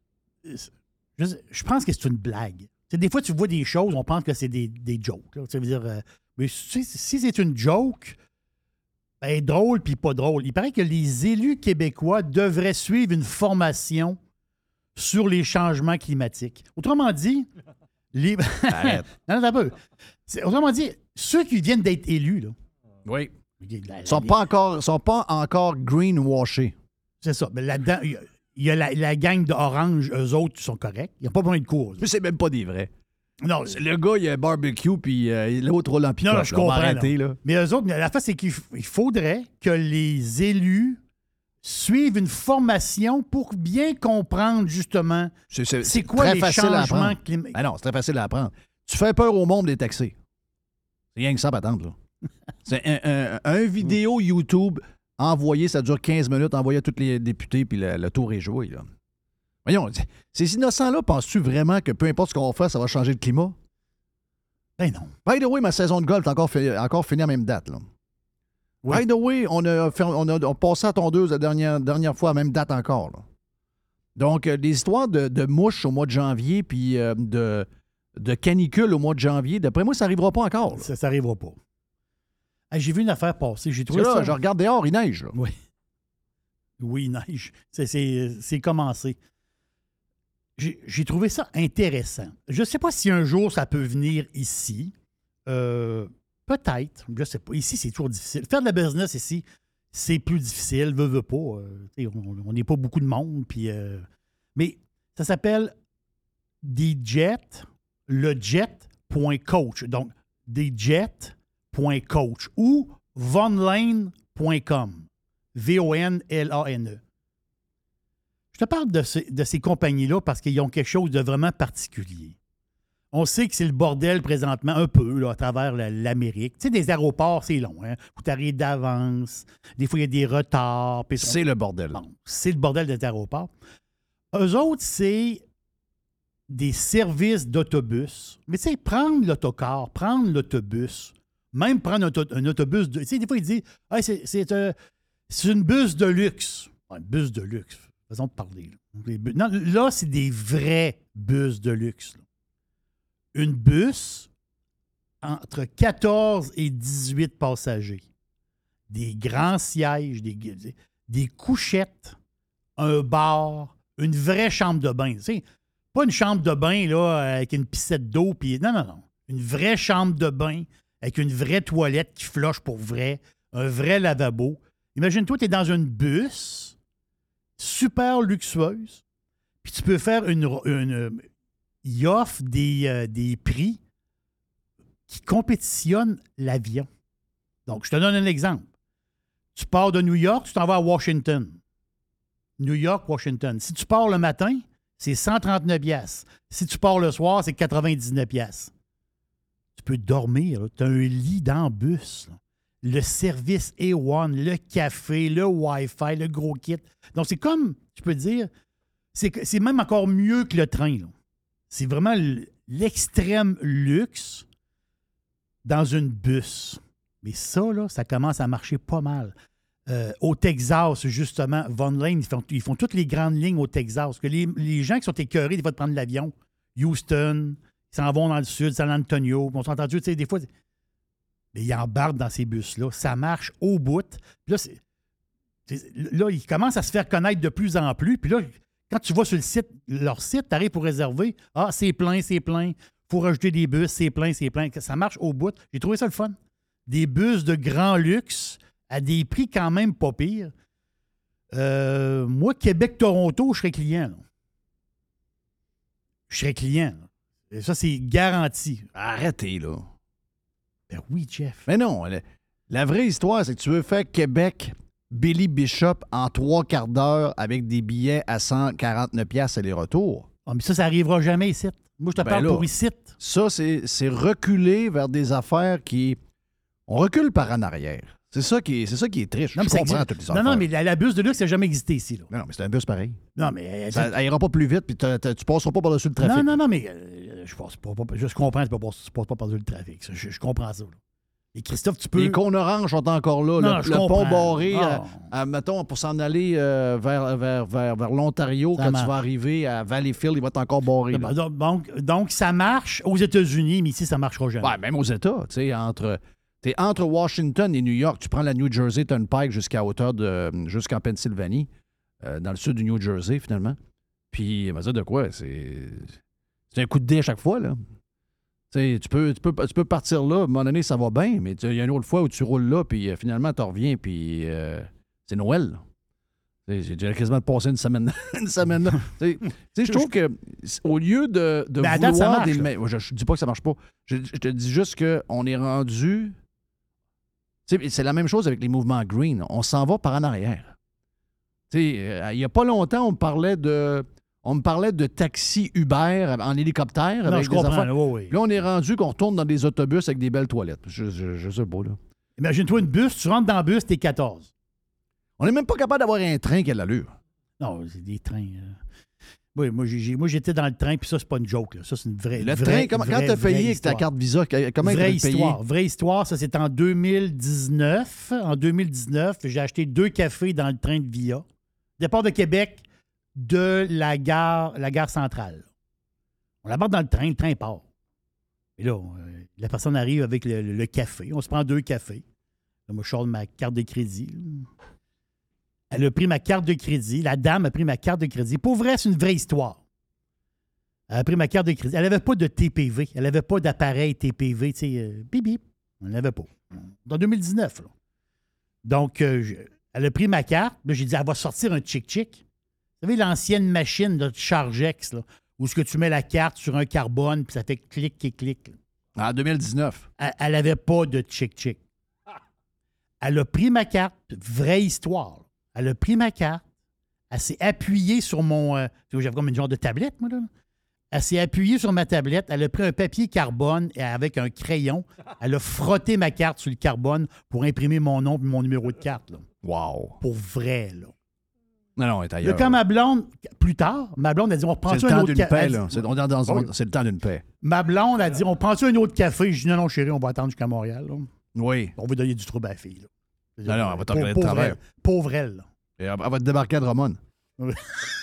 Je pense que c'est une blague. T'sais, des fois, tu vois des choses, on pense que c'est des jokes. Là. Ça veut dire, mais si c'est une joke, ben, drôle puis pas drôle. Il paraît que les élus québécois devraient suivre une formation sur les changements climatiques. Autrement dit, non, un peu. Autrement dit, ceux qui viennent d'être élus, là, oui, ne sont pas encore greenwashés. C'est ça. Mais là-dedans, il y a la gang d'Orange, eux autres, qui sont corrects. Il n'y a pas besoin de cours. Mais c'est même pas des vrais. Non. Le gars, il a un barbecue, puis l'autre roule en pick-up. Non, je comprends. Arrêter, là. Mais eux autres, la face, c'est qu'il faudrait que les élus suivent une formation pour bien comprendre, justement, c'est quoi les changements climatiques. Ah non, c'est très facile à apprendre. Tu fais peur au monde des taxés. C'est rien que ça, patente, là. C'est un vidéo YouTube envoyé, ça dure 15 minutes, envoyé à tous les députés, puis le tour est joué, là. Voyons, ces innocents-là, penses-tu vraiment que peu importe ce qu'on va faire, ça va changer le climat? Ben non. By the way, ma saison de golf est encore finie à la même date, là. Oui. By the way, on a passé à tondeuse la dernière fois à la même date encore, là. Donc, des histoires de mouches au mois de janvier, puis de canicule au mois de janvier, d'après moi, ça n'arrivera pas encore. Ça n'arrivera pas. Hey, j'ai vu une affaire passer. J'ai trouvé ça. Je regarde dehors, il neige. Là. Oui. Oui, il neige. C'est commencé. J'ai trouvé ça intéressant. Je ne sais pas si un jour ça peut venir ici. Peut-être. Je ne sais pas. Ici, c'est toujours difficile. Faire de la business ici, c'est plus difficile. Veut pas. On n'est pas beaucoup de monde. Puis, mais ça s'appelle lejet.coach. Donc, desjet.coach ou vonlane.com. VONLANE. Je te parle de ces compagnies-là parce qu'ils ont quelque chose de vraiment particulier. On sait que c'est le bordel présentement, un peu, là, à travers l'Amérique. Tu sais, des aéroports, c'est long. Hein? Faut t'arriver d'avance. Des fois, il y a des retards. C'est le bordel. Bon, c'est le bordel des aéroports. Eux autres, c'est des services d'autobus. Mais tu sais, prendre l'autocar, prendre l'autobus, même prendre un autobus... Tu sais, des fois, ils disent hey, c'est une bus de luxe. Un bus de luxe. Façon de parler. Là, non, là c'est des vrais bus de luxe. Là. une bus entre 14 et 18 passagers. Des grands sièges, des couchettes, un bar, une vraie chambre de bain. Tu sais, pas une chambre de bain là, avec une piscette d'eau. Non. Une vraie chambre de bain avec une vraie toilette qui floche pour vrai, un vrai lavabo. Imagine-toi, tu es dans une bus super luxueuse, puis tu peux faire il offre des prix qui compétitionnent l'avion. Donc, je te donne un exemple. Tu pars de New York, tu t'en vas à Washington. New York, Washington. Si tu pars le matin, c'est 139 $. Si tu pars le soir, c'est 99 $. Tu peux dormir. Tu as un lit dans le bus. Là. Le service A1, le café, le Wi-Fi, le gros kit. Donc, c'est comme, je peux dire, c'est même encore mieux que le train. Là. C'est vraiment l'extrême luxe dans une bus. Mais ça, là, ça commence à marcher pas mal. Au Texas, justement, Von Lane, ils font toutes les grandes lignes au Texas. Que les gens qui sont écœurés des fois de prendre l'avion, Houston, ils s'en vont dans le sud, San Antonio, on s'est entendu, tu sais, des fois, mais ils embarquent dans ces bus-là. Ça marche au bout. Puis là, ils commencent à se faire connaître de plus en plus. Puis là, quand tu vas sur leur site, tu arrives pour réserver. Ah, c'est plein. Il faut rajouter des bus, c'est plein. Ça marche au bout. J'ai trouvé ça le fun. Des bus de grand luxe à des prix quand même pas pires. Moi, Québec-Toronto, je serais client. Là. Je serais client. Là. Et ça, c'est garanti. Arrêtez, là. Ben oui, Jeff. Mais non, la vraie histoire, c'est que tu veux faire Québec-Billy Bishop en 3/4 d'heure avec des billets à 149 $ aller-retour. Ah, mais ça n'arrivera jamais ici. Moi, je te parle pour ici. Ça, c'est reculer vers des affaires qui... On recule par en arrière. C'est ça qui est triste. Non, je comprends toutes les affaires. Non, mais la bus de luxe n'a jamais existé ici. Là. Non, mais c'est un bus pareil. Non, mais... Ça ira pas plus vite, puis tu passeras pas par-dessus le trafic. Non, mais je passe pas. Je comprends que tu passes pas par-dessus le trafic. Je comprends ça. Là. Et Christophe, tu peux... Les cônes oranges sont encore là. Non, le pont barré, mettons, pour s'en aller vers l'Ontario, quand tu vas arriver à Valleyfield, il va être encore barré. Là. Donc, ça marche aux États-Unis, mais ici, ça ne marchera jamais. Ouais, même aux États, tu sais, t'es entre Washington et New York. Tu prends la New Jersey Turnpike jusqu'à hauteur jusqu'en Pennsylvanie, dans le sud du New Jersey, finalement. Puis, on va dire de quoi? C'est un coup de dé à chaque fois, là. Tu peux partir là, à un moment donné, ça va bien, mais il y a une autre fois où tu roules là, puis finalement, tu reviens, puis c'est Noël. J'ai déjà quasiment passé une semaine là. Je trouve qu'au lieu de vouloir... Je dis pas que ça marche pas. Je te dis juste qu'on est rendu... C'est la même chose avec les mouvements green. On s'en va par en arrière. Il n'y a pas longtemps, on me parlait de taxi Uber en hélicoptère. Non, avec je des comprends. affaires. Oui. Là, on est rendu qu'on retourne dans des autobus avec des belles toilettes. Je sais pas, là. Imagine-toi une bus, tu rentres dans le bus, t'es 14. On n'est même pas capable d'avoir un train qui a l'allure. Non, c'est des trains... Oui, moi, j'étais dans le train, puis ça, c'est pas une joke. Là. Ça, c'est une vraie Le train, quand tu as payé avec ta carte Visa, comment tu as payé? Vraie histoire, ça, c'est en 2019. En 2019, j'ai acheté 2 cafés dans le train de Via. Départ de Québec, de la gare centrale. On l'aborde dans le train part. Et là, la personne arrive avec le café. On se prend 2 cafés. Là, moi, je sors de ma carte de crédit. Là. Elle a pris ma carte de crédit. La dame a pris ma carte de crédit. Pour vrai, c'est une vraie histoire. Elle a pris ma carte de crédit. Elle n'avait pas de TPV. Elle n'avait pas d'appareil TPV. Tu sais, bip, bip. Elle n'avait pas. En 2019. Là. Donc, elle a pris ma carte. Là, j'ai dit, elle va sortir un chic-chic. Vous savez, l'ancienne machine de Chargex, là, où ce que tu mets la carte sur un carbone, puis ça fait clic, clic, clic. En 2019. Elle n'avait pas de chic-chic. Elle a pris ma carte. Vraie histoire. Elle a pris ma carte, elle s'est appuyée sur mon... j'avais comme une genre de tablette, moi, là. Elle s'est appuyée sur ma tablette, elle a pris un papier carbone et avec un crayon, elle a frotté ma carte sur le carbone pour imprimer mon nom et mon numéro de carte. Là. Wow! Pour vrai, là. Non, elle est ailleurs. Là, quand ma blonde, plus tard, ma blonde a dit, on reprend-tu un autre café? C'est le temps d'une paix. Ma blonde a dit, on prend-tu un autre café? Je dis, non, chérie, on va attendre jusqu'à Montréal. Là. Oui. On va donner du trouble à la fille. Là. Non, elle va te regarder de travers. Pauvre elle. Et elle va te débarquer à Drummond.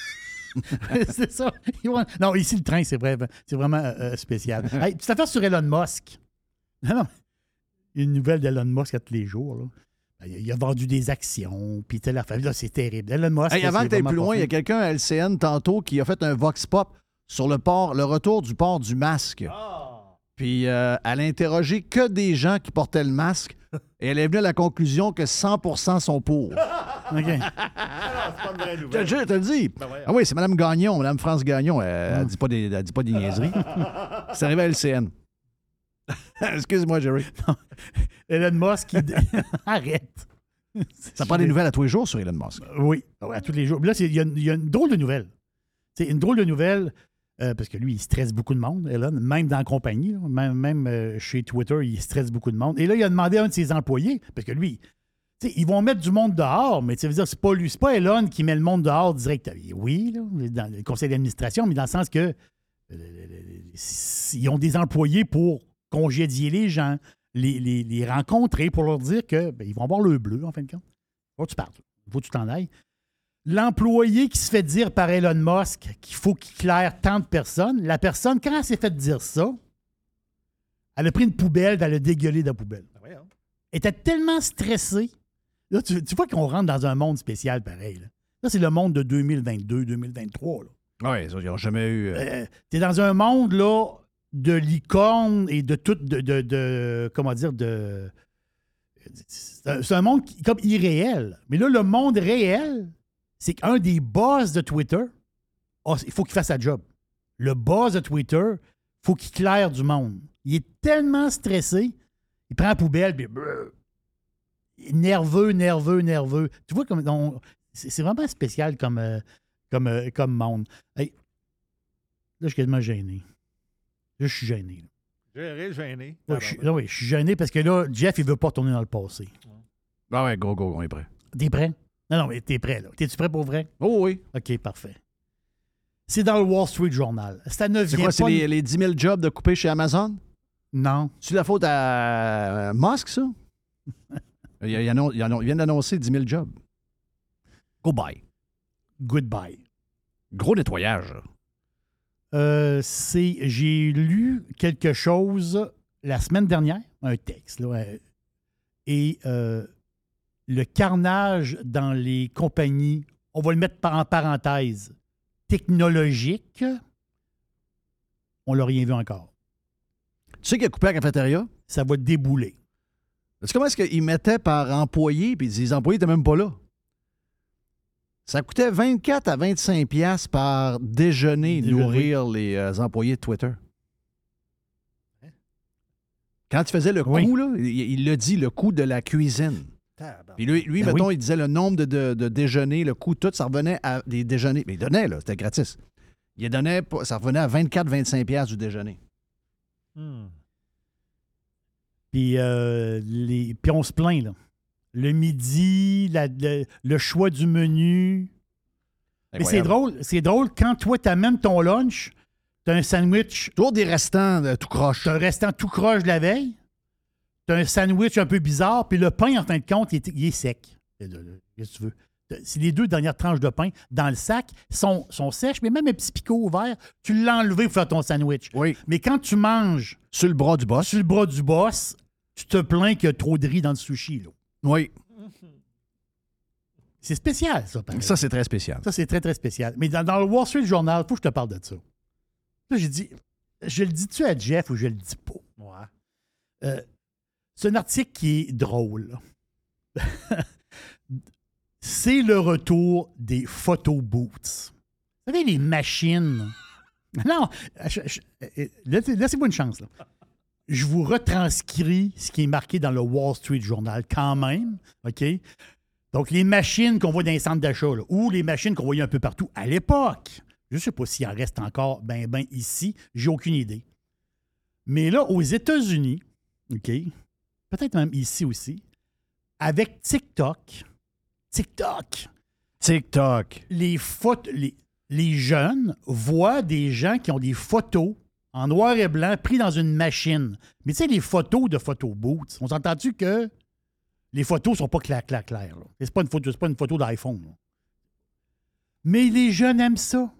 C'est ça. Non, ici, le train, c'est vraiment spécial. Hey, petite affaire sur Elon Musk. Non. Une nouvelle d'Elon Musk à tous les jours. Là. Il a vendu des actions, puis telle affaire. Là, c'est terrible. Elon Musk. Hey, avant que tu ailles plus loin, il y a quelqu'un à LCN tantôt qui a fait un vox pop sur le retour du port du masque. Puis elle a interrogé que des gens qui portaient le masque et elle est venue à la conclusion que 100% sont pour. OK. C'est pas une vraie nouvelle. Je te le dis. Ben ouais. Ah oui, c'est Mme Gagnon, Mme France Gagnon. Elle dit pas des niaiseries. C'est arrivé à LCN. Excuse-moi, Jerry. Non. Elon Musk, arrête. Ça prend des nouvelles à tous les jours sur Elon Musk. Oui, à tous les jours. Là, il y a une drôle de nouvelle. C'est une drôle de nouvelle parce que lui, il stresse beaucoup de monde, Elon, même dans la compagnie, là, même chez Twitter, il stresse beaucoup de monde. Et là, il a demandé à un de ses employés, parce que lui, ils vont mettre du monde dehors, mais ça veut dire c'est pas lui, c'est pas Elon qui met le monde dehors direct. Oui, là, dans le conseil d'administration, mais dans le sens que ils ont des employés pour congédier les gens, les rencontrer pour leur dire que ils vont avoir le bleu, en fin de compte. Faut que tu parles. Faut que tu t'en ailles. L'employé qui se fait dire par Elon Musk qu'il faut qu'il claire tant de personnes, la personne, quand elle s'est fait dire ça, elle a pris une poubelle, elle a dégueulé de la poubelle. Elle était tellement stressée. Là, tu vois qu'on rentre dans un monde spécial pareil. Là, c'est le monde de 2022, 2023. Oui, ils n'ont jamais eu... T'es dans un monde, là, de licorne et de tout, comment dire, c'est un monde comme irréel. Mais là, le monde réel, c'est qu'un des boss de Twitter, il faut qu'il fasse sa job. Le boss de Twitter, il faut qu'il claire du monde. Il est tellement stressé, il prend la poubelle, puis nerveux. Tu vois, c'est vraiment spécial comme monde. Hey, là, je suis quasiment gêné. Là, je suis gêné. Gêné. Oui, je suis gêné parce que là, Jeff, il veut pas retourner dans le passé. Ah ouais, go, on est prêt. T'es prêt? Non, mais t'es prêt, là. T'es-tu prêt pour vrai? Oh oui. OK, parfait. C'est dans le Wall Street Journal. Ça ne vient c'est quoi, pas... c'est les 10 000 jobs de couper chez Amazon? Non. C'est la faute à Musk, ça? Il vient d'annoncer 10 000 jobs. Goodbye. Gros nettoyage. J'ai lu quelque chose la semaine dernière, un texte, là, et le carnage dans les compagnies, on va le mettre en parenthèse, technologiques, on l'a rien vu encore. Tu sais qu'il a coupé la cafétéria? Ça va débouler. C'est comment est-ce qu'ils mettaient par employé, puis les employés n'étaient même pas là? Ça coûtait 24 à 25 piastres par déjeuner nourrir les employés de Twitter. Quand il faisait le coût, là, il l'a dit, le coût de la cuisine. Puis lui mettons, il disait le nombre de déjeuners, le coût, tout, ça revenait à des déjeuners. Mais il donnait, là, c'était gratis. Ça revenait à 24-25 piastres du déjeuner. Puis on se plaint, là. Le midi, le choix du menu. Mais c'est drôle, quand toi, t'amènes ton lunch, t'as un sandwich... Toujours des restants tout croche. T'as un restant tout croche de la veille, t'as un sandwich un peu bizarre, puis le pain, en fin de compte, il est sec. Qu'est-ce que tu veux? C'est les 2 dernières tranches de pain dans le sac, sont sèches, mais même un petit picot ouvert, tu l'as enlevé pour faire ton sandwich. Oui. Mais quand tu manges... Sur le bras du boss. Tu te plains qu'il y a trop de riz dans le sushi, là. Oui. C'est spécial, ça. Pareil. Ça, c'est très spécial. Ça, c'est très, très spécial. Mais dans le Wall Street Journal, il faut que je te parle de ça. Là, j'ai dit, je le dis-tu à Jeff ou je le dis pas? Ouais. C'est un article qui est drôle. C'est le retour des photo booths. Vous savez, les machines. Non, laissez-moi une chance, là. Je vous retranscris ce qui est marqué dans le Wall Street Journal quand même, OK? Donc, les machines qu'on voit dans les centres d'achat, là, ou les machines qu'on voyait un peu partout à l'époque, je ne sais pas s'il en reste encore ben ici, j'ai aucune idée. Mais là, aux États-Unis, OK, peut-être même ici aussi, avec TikTok, les jeunes voient des gens qui ont des photos en noir et blanc, pris dans une machine. Mais tu sais, les photos de photo booths, on s'entend-tu que les photos sont pas claires, là? C'est pas une photo d'iPhone, là. Mais les jeunes aiment ça.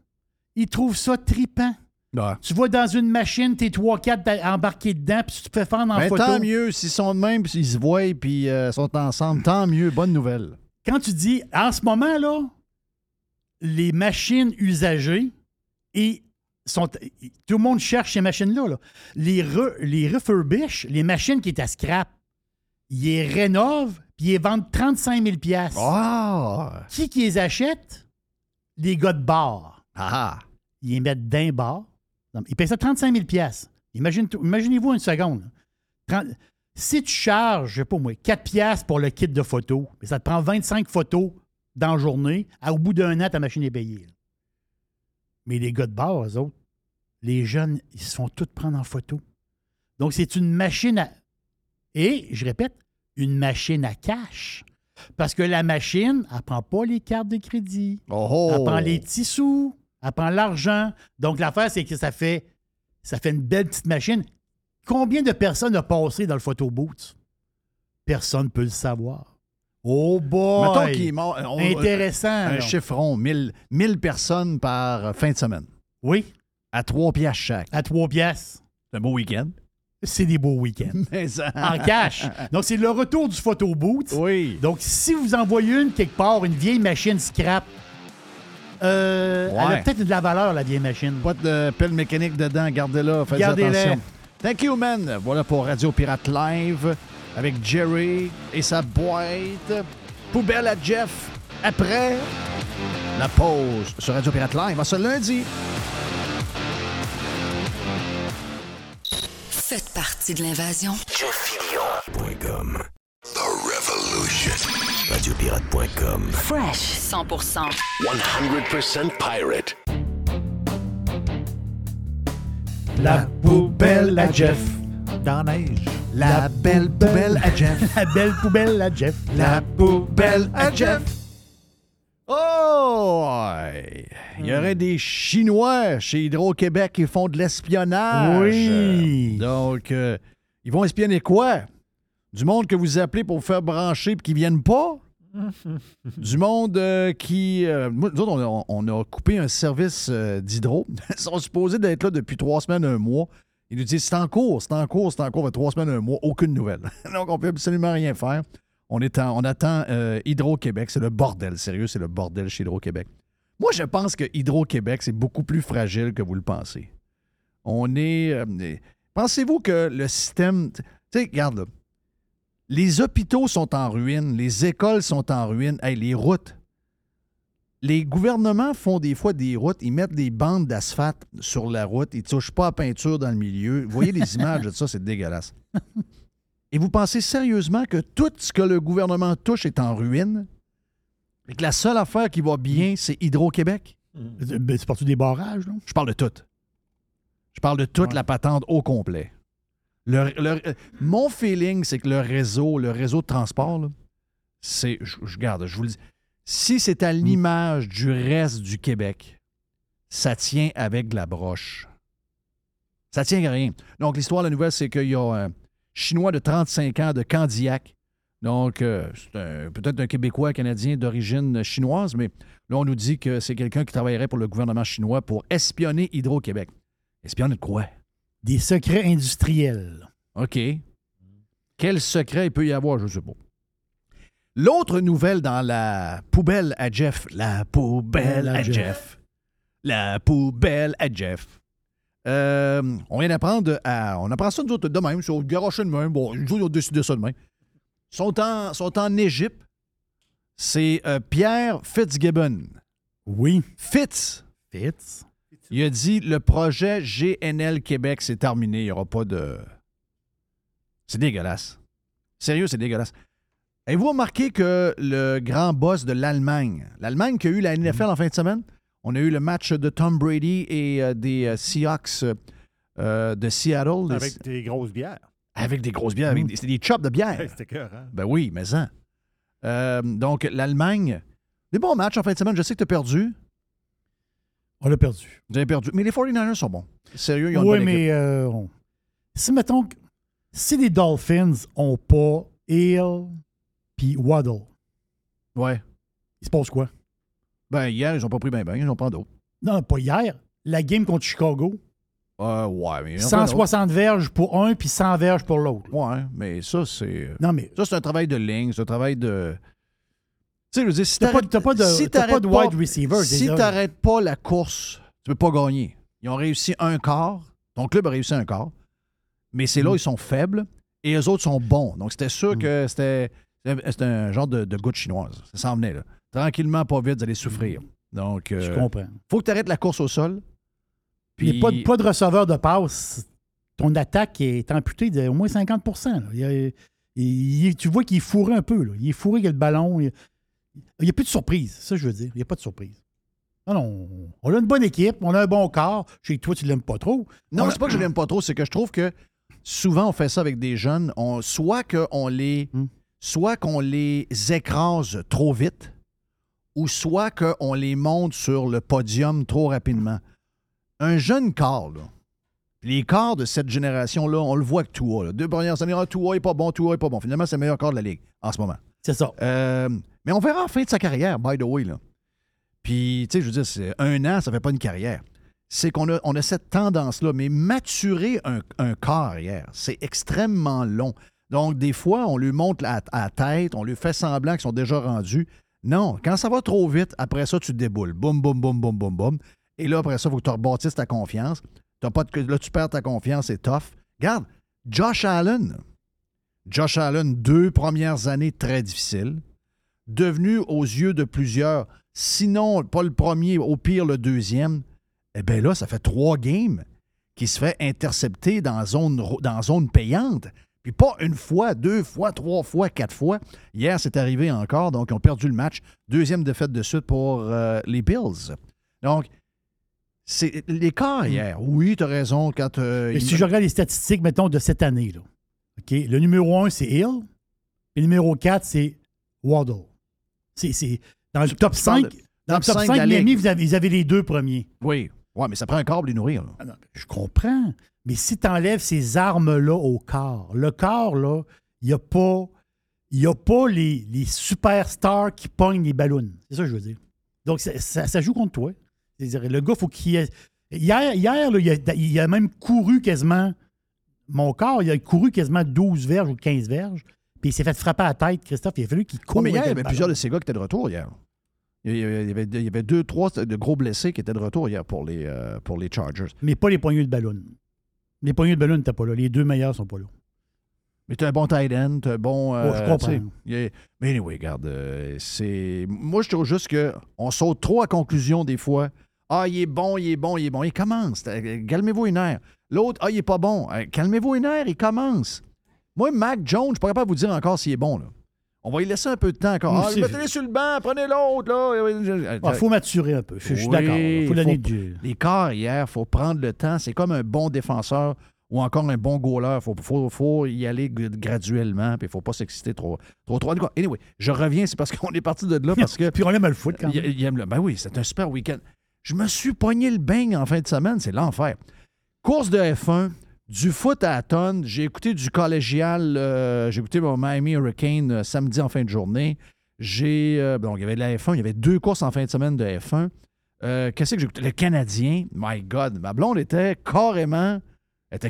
ils trouvent ça tripant. Ouais. Tu vas dans une machine, t'es 3-4 embarqués dedans, puis tu te fais faire en photo. Tant mieux, s'ils sont de même, puis s'ils se voient, puis sont ensemble, tant mieux, bonne nouvelle. Quand tu dis, en ce moment, là, les machines usagées, tout le monde cherche ces machines-là. Là. Les refurbish, les machines qui étaient à scrap, ils les rénovent, puis ils les vendent 35 000 $. Oh! Qui les achète? Les gars de bar. Ah! Ils les mettent d'un bar. Ils payent ça 35 000 $. Imaginez-vous une seconde. Si tu charges, je sais pas moi, 4 $ pour le kit de photos, mais ça te prend 25 photos dans la journée, au bout d'un an, ta machine est payée. Là. Mais les gars de bar, eux autres, les jeunes, ils se font tout prendre en photo. Donc, c'est une machine à... Et, je répète, une machine à cash. Parce que la machine, elle ne prend pas les cartes de crédit. Oh! Elle prend les petits sous. Elle prend l'argent. Donc, l'affaire, c'est que ça fait une belle petite machine. Combien de personnes ont passé dans le photo booth? Personne ne peut le savoir. Oh boy! Mettons qu'il est mort. Intéressant. Un chiffron, 1000 personnes par fin de semaine. Oui. À 3 $ chaque. À 3 $. C'est un beau week-end. C'est des beaux week-ends. Mais ça... En cash. Donc, c'est le retour du photo booth. Oui. Donc, si vous en voyez une quelque part, une vieille machine scrap, elle a peut-être de la valeur, la vieille machine. Pas de pelle mécanique dedans, gardez-la, faites Gardez-la. attention. Thank you, man. Voilà pour Radio Pirate Live avec Jerry et sa boîte. Poubelle à Jeff. Après la pause sur Radio Pirate Live, ce lundi. Faites partie de l'invasion. JeffFillion.com. The Revolution. RadioPirate.com. Fresh 100%. 100% pirate. La poubelle à Jeff. Dans la neige. La belle poubelle à Jeff. La belle poubelle à Jeff. La poubelle à Jeff. Oh! Il y aurait des Chinois chez Hydro-Québec qui font de l'espionnage. Oui. Donc, ils vont espionner quoi? Du monde que vous appelez pour vous faire brancher et qui ne viennent pas? Du monde qui... nous autres, on a coupé un service d'hydro. Ils sont supposés d'être là depuis 3 semaines, 1 mois. Ils nous disent, c'est en cours, fait 3 semaines, 1 mois, aucune nouvelle. Donc, on ne peut absolument rien faire. On attend Hydro-Québec. C'est le bordel, sérieux, c'est le bordel chez Hydro-Québec. Moi, je pense que Hydro-Québec, c'est beaucoup plus fragile que vous le pensez. On est... pensez-vous que le système... Tu sais, regarde là. Les hôpitaux sont en ruine, les écoles sont en ruine, les routes. Les gouvernements font des fois des routes, ils mettent des bandes d'asphalte sur la route, ils ne touchent pas à peinture dans le milieu. Vous voyez les images de ça, c'est dégueulasse. Et vous pensez sérieusement que tout ce que le gouvernement touche est en ruine? Et que la seule affaire qui va bien, c'est Hydro-Québec? C'est partout des barrages, non? Je parle de tout. Je parle de toute la patente au complet. Mon feeling, c'est que le réseau de transport, là, c'est... Je vous le dis. Si c'est à l'image du reste du Québec, ça tient avec de la broche. Ça tient à rien. Donc, l'histoire de la nouvelle, c'est qu'il y a un Chinois de 35 ans de Candiac. Donc, c'est peut-être un Québécois canadien d'origine chinoise, mais là, on nous dit que c'est quelqu'un qui travaillerait pour le gouvernement chinois pour espionner Hydro-Québec. Espionner de quoi? Des secrets industriels. OK. Quel secret il peut y avoir, je ne sais pas. L'autre nouvelle dans la poubelle à Jeff. La poubelle à Jeff. La poubelle à Jeff. On vient d'apprendre on apprend ça nous autres de même, sur le garocher de même. Bon, ils ont décidé ça de même. Ils sont en Égypte. C'est Pierre Fitzgibbon. Oui. Fitz. Il a dit, le projet GNL Québec, c'est terminé. Il n'y aura pas de... C'est dégueulasse. Sérieux, c'est dégueulasse. Avez-vous remarqué que le grand boss de l'Allemagne qui a eu la NFL en fin de semaine, on a eu le match de Tom Brady et des Seahawks de Seattle. Avec des grosses bières. Avec des grosses bières, c'est des chops de bière. C'était cœur, hein? Ben oui, mais ça. Donc, l'Allemagne, des bons matchs en fin de semaine. Je sais que tu as perdu. On l'a perdu. Vous avez perdu. Mais les 49ers sont bons. Sérieux, ils ont une bonne équipe. mais si, mettons, si les Dolphins n'ont pas Hill puis Waddle, ouais. il se passe quoi? Ben, hier, ils n'ont pas pris ben, ils en prennent d'autres. Non, pas hier. La game contre Chicago. Ouais, mais 160 verges pour un, puis 100 verges pour l'autre. Ouais, mais ça, c'est... Non, mais... Ça, c'est un travail de ligne, c'est un travail de... Tu sais, je veux dire, si t'as pas de wide receiver. Si t'arrêtes pas la course, tu peux pas gagner. Ils ont réussi un quart. Ton club a réussi un quart. Mais c'est là où ils sont faibles et eux autres sont bons. Donc, c'était sûr que c'était un genre de goutte chinoise. Ça s'en venait, là. Tranquillement, pas vite, vous allez souffrir. Donc, je comprends. Faut que tu arrêtes la course au sol. Puis... Il n'y a pas de receveur de passe. Ton attaque est amputée d'au moins 50 là. Tu vois qu'il est fourré un peu. Là. Il est fourré qu'il y a le ballon. Il n'y a plus de surprise. Ça, je veux dire. Il n'y a pas de surprise. Non, on a une bonne équipe. On a un bon corps. Chez toi, tu ne l'aimes pas trop. Non, c'est pas que je l'aime pas trop. C'est que je trouve que souvent, on fait ça avec des jeunes. Soit qu'on les écrase trop vite, ou soit qu'on les monte sur le podium trop rapidement. Un jeune quart, là, les quarts de cette génération-là, on le voit avec Tua. Là. 2 premières années, Tua est pas bon, Tua est pas bon. Finalement, c'est le meilleur quart de la Ligue en ce moment. C'est ça. Mais on verra en fin de sa carrière, by the way. Là. Puis, tu sais, je veux dire, c'est 1 an, ça fait pas une carrière. C'est qu'on a cette tendance-là. Mais maturer un quart hier, c'est extrêmement long. Donc, des fois, on lui monte à la tête, on lui fait semblant qu'ils sont déjà rendus. Non, quand ça va trop vite, après ça, tu te déboules. Boum, boum, boum, boum, boum, boum. Et là, après ça, il faut que tu rebâtisses ta confiance. Là, tu perds ta confiance, c'est tough. Regarde, Josh Allen, 2 premières années très difficiles, devenu aux yeux de plusieurs, sinon pas le premier, au pire le deuxième, eh bien là, ça fait 3 games qui se fait intercepter dans zone payante. Puis pas 1 fois, 2 fois, 3 fois, 4 fois. Hier, c'est arrivé encore, donc ils ont perdu le match. 2e défaite de suite pour les Bills. Donc, c'est l'écart hier. Oui, tu as raison. Si je regarde les statistiques, mettons, de cette année, là, okay, le numéro 1, c'est Hill. Et le numéro 4, c'est Waddle. C'est dans le top 5. Dans le top 5 Miami, ils avaient les 2 premiers. Oui. Ouais, mais ça prend un corps pour les nourrir. Ah non, je comprends. Mais si tu enlèves ces armes-là au corps, le corps, là, il n'y a pas les superstars qui pognent les ballons. C'est ça que je veux dire. Donc, ça joue contre toi. C'est-à-dire, le gars, il faut qu'il ait... Hier là, il a même couru quasiment... Mon corps, il a couru quasiment 12 verges ou 15 verges. Puis il s'est fait frapper à la tête, Christophe. Il a fallu qu'il court. Mais hier, il y avait plusieurs de ces gars qui étaient de retour hier. Il y avait 2-3 de gros blessés qui étaient de retour hier pour les Chargers. Mais pas les poignées de ballon. Les poignées de ballon n'étaient pas là. Les 2 meilleurs sont pas là. Mais tu as un bon tight end, tu as un bon... je comprends. Mais anyway, regarde, moi, je trouve juste qu'on saute trop à conclusion des fois. Ah, il est bon. Il commence. Calmez-vous une heure. L'autre, il est pas bon. Calmez-vous une heure, il commence. Moi, Mac Jones, je ne suis pas capable de vous dire encore s'il est bon, là. On va y laisser un peu de temps encore. Mettez-les sur le banc, prenez l'autre, là. Il faut maturer un peu. Je suis d'accord. Il faut donner du... Les quarts hier, il faut prendre le temps. C'est comme un bon défenseur ou encore un bon goaler. Il faut y aller graduellement, puis il ne faut pas s'exciter trop. Anyway, je reviens, c'est parce qu'on est parti de là. Parce que puis on aime le foot, quand même. Ben oui, c'est un super week-end. Je me suis pogné le beigne en fin de semaine, c'est l'enfer. Course de F1, du foot à la tonne. J'ai écouté du collégial. J'ai écouté mon Miami Hurricane samedi en fin de journée. Donc, il y avait de la F1. Il y avait 2 courses en fin de semaine de F1. Qu'est-ce que j'ai écouté? Le Canadien. My God. Ma blonde était carrément toute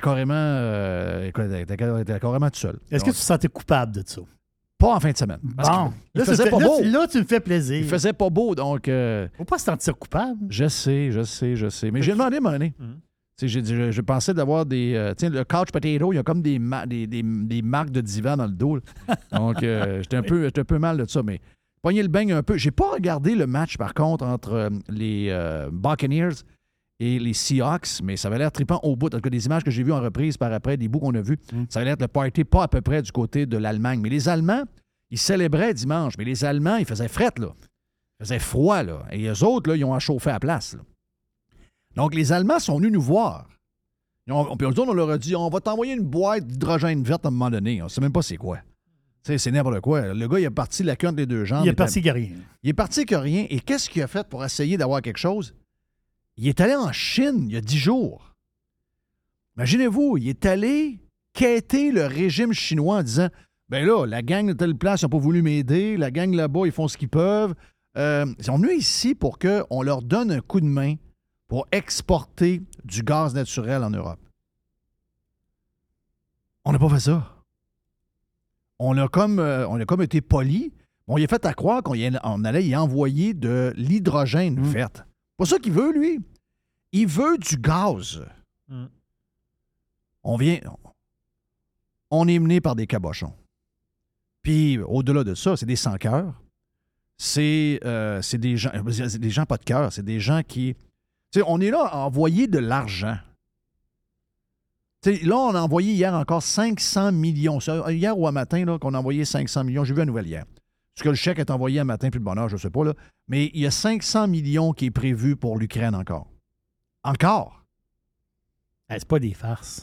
seule. Est-ce que tu te sentais coupable de ça? Pas en fin de semaine. Bon. Il faisait pas beau. Là, tu me fais plaisir. Il faisait pas beau, donc... Faut pas se sentir coupable. Je sais. Mais j'ai demandé à un moment donné. Je pensais d'avoir des... le couch potato, il y a comme des marques de divan dans le dos. Donc, j'étais un peu mal de ça, mais pogné le beigne un peu. J'ai pas regardé le match, par contre, entre les Buccaneers et les Seahawks, mais ça avait l'air trippant au bout. En tout cas, des images que j'ai vues en reprise par après, des bouts qu'on a vus, ça avait l'air de le party pas à peu près du côté de l'Allemagne. Mais les Allemands, ils célébraient dimanche, mais les Allemands, ils faisaient fret, là. Il faisait froid, là. Et eux autres, là, ils ont à chauffer à la place, là. Donc, les Allemands sont venus nous voir. Puis on leur a dit, on va t'envoyer une boîte d'hydrogène verte à un moment donné. On ne sait même pas c'est quoi. Tu sais, c'est n'importe quoi. Le gars, il est parti la queue entre les 2 jambes. Il est parti que rien. Il est parti que rien. Et qu'est-ce qu'il a fait pour essayer d'avoir quelque chose? Il est allé en Chine il y a 10 jours. Imaginez-vous, il est allé quêter le régime chinois en disant, ben là, la gang de telle place, ils n'ont pas voulu m'aider. La gang là-bas, ils font ce qu'ils peuvent. Ils sont venus ici pour qu'on leur donne un coup de main pour exporter du gaz naturel en Europe. On n'a pas fait ça. On a comme été poli. On y a fait à croire qu'on allait y envoyer de l'hydrogène verte. Pas ça qu'il veut, lui. Il veut du gaz. On est mené par des cabochons. Puis, au-delà de ça, c'est des sans-cœurs. C'est des gens pas de cœur. C'est des gens qui... Tu sais, on est là à envoyer de l'argent. Tu sais, là, on a envoyé hier encore 500 millions. Hier ou à matin, là, qu'on a envoyé 500 millions. J'ai vu la nouvelle hier. Est-ce que le chèque est envoyé à matin, puis le bonheur, je ne sais pas, là. Mais il y a 500 millions qui est prévu pour l'Ukraine encore. Encore? C'est pas des farces.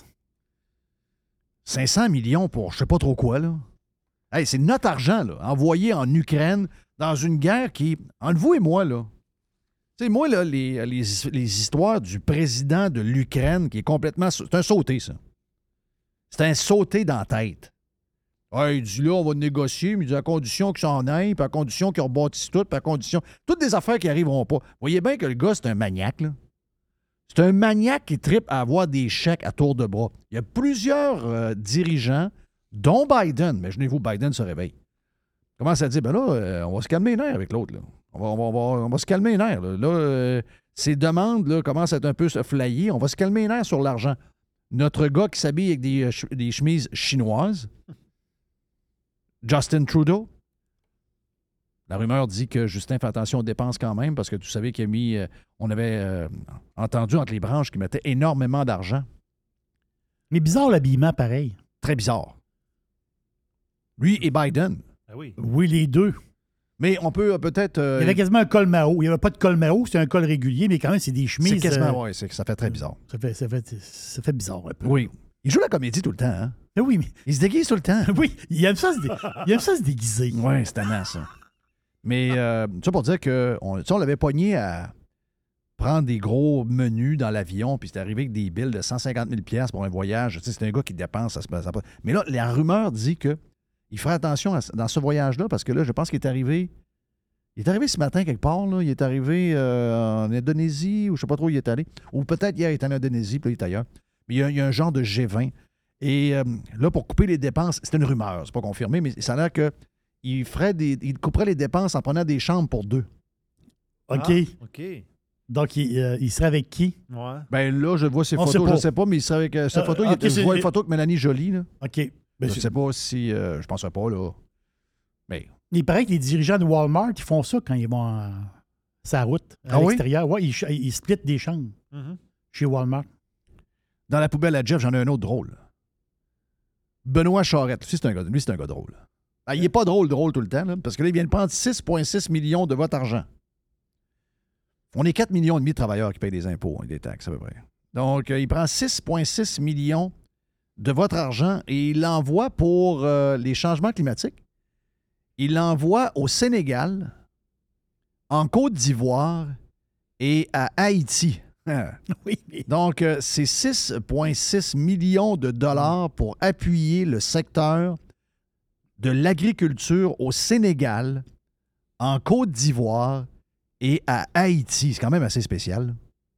500 millions pour je sais pas trop quoi, là. Hey, c'est notre argent, là, envoyé en Ukraine dans une guerre qui, entre vous et moi, là, tu sais, moi, là, les histoires du président de l'Ukraine qui est complètement... C'est un sauté, ça. C'est un sauté dans la tête. Il dit là, on va négocier, mais il dit à condition qu'il s'en aille, puis à condition qu'il rebâtisse tout, puis à condition... Toutes des affaires qui n'arriveront pas. Vous voyez bien que le gars, c'est un maniaque, là. C'est un maniaque qui trippe à avoir des chèques à tour de bras. Il y a plusieurs dirigeants, dont Biden, mais imaginez-vous, Biden se réveille. Commence à dire, ben là, on va se calmer les nerfs avec l'autre, là. On va se calmer les nerfs. Là, ces demandes là, commencent à être un peu flyées. On va se calmer les nerfs sur l'argent. Notre gars qui s'habille avec des chemises chinoises, Justin Trudeau, la rumeur dit que Justin fait attention aux dépenses quand même parce que tu savais on avait entendu entre les branches qu'il mettait énormément d'argent. Mais bizarre l'habillement, pareil. Très bizarre. Lui et Biden. Ah oui. Oui, les deux. Mais on peut peut-être... Il y avait quasiment un col Mao. Il n'y avait pas de col Mao, c'est un col régulier, mais quand même, c'est des chemises... C'est quasiment, oui, ça fait très bizarre. Ça fait bizarre un peu. Oui. Il joue la comédie tout le temps, hein? Mais oui, mais... Il se déguise tout le temps. Oui, il aime ça se déguiser. Oui, c'est tannant, ça. Mais ça pour dire qu'on l'avait pogné à prendre des gros menus dans l'avion, puis c'est arrivé avec des billes de 150 000 $ pour un voyage. Tu sais, c'est un gars qui dépense, ça se passe pas. Mais là, la rumeur dit que il ferait attention dans ce voyage-là, parce que là, je pense qu'il est arrivé... Il est arrivé ce matin quelque part, là. Il est arrivé en Indonésie, ou je ne sais pas trop où il est allé. Ou peut-être hier, il est en Indonésie, puis là, il est ailleurs. Mais il y a un genre de G20. Et là, pour couper les dépenses, c'est une rumeur, c'est pas confirmé, mais ça a l'air qu'il couperait les dépenses en prenant des chambres pour deux. OK. OK. Donc, il serait avec qui? Ouais. Ben là, je vois ses photos, je ne sais pas, mais il serait avec cette photo. Je vois une photo avec Mélanie Joly, là. OK. Ben, je ne sais pas si... je ne penserais pas, là. Mais... Il paraît que les dirigeants de Walmart, ils font ça quand ils vont sur la route, à l'extérieur. Oui, ils splittent des chambres chez Walmart. Dans la poubelle à Jeff, j'en ai un autre drôle. Benoît Charette. Lui, c'est un gars drôle. Ben, il n'est pas drôle tout le temps, là, parce que là, il vient de prendre 6,6 millions de votre argent. On est 4,5 millions de travailleurs qui payent des impôts et des taxes, à peu près. Donc, il prend 6,6 millions de votre argent et il l'envoie pour les changements climatiques. Il l'envoie au Sénégal, en Côte d'Ivoire et à Haïti. Oui. Donc, c'est 6,6 millions de dollars pour appuyer le secteur de l'agriculture au Sénégal, en Côte d'Ivoire et à Haïti. C'est quand même assez spécial.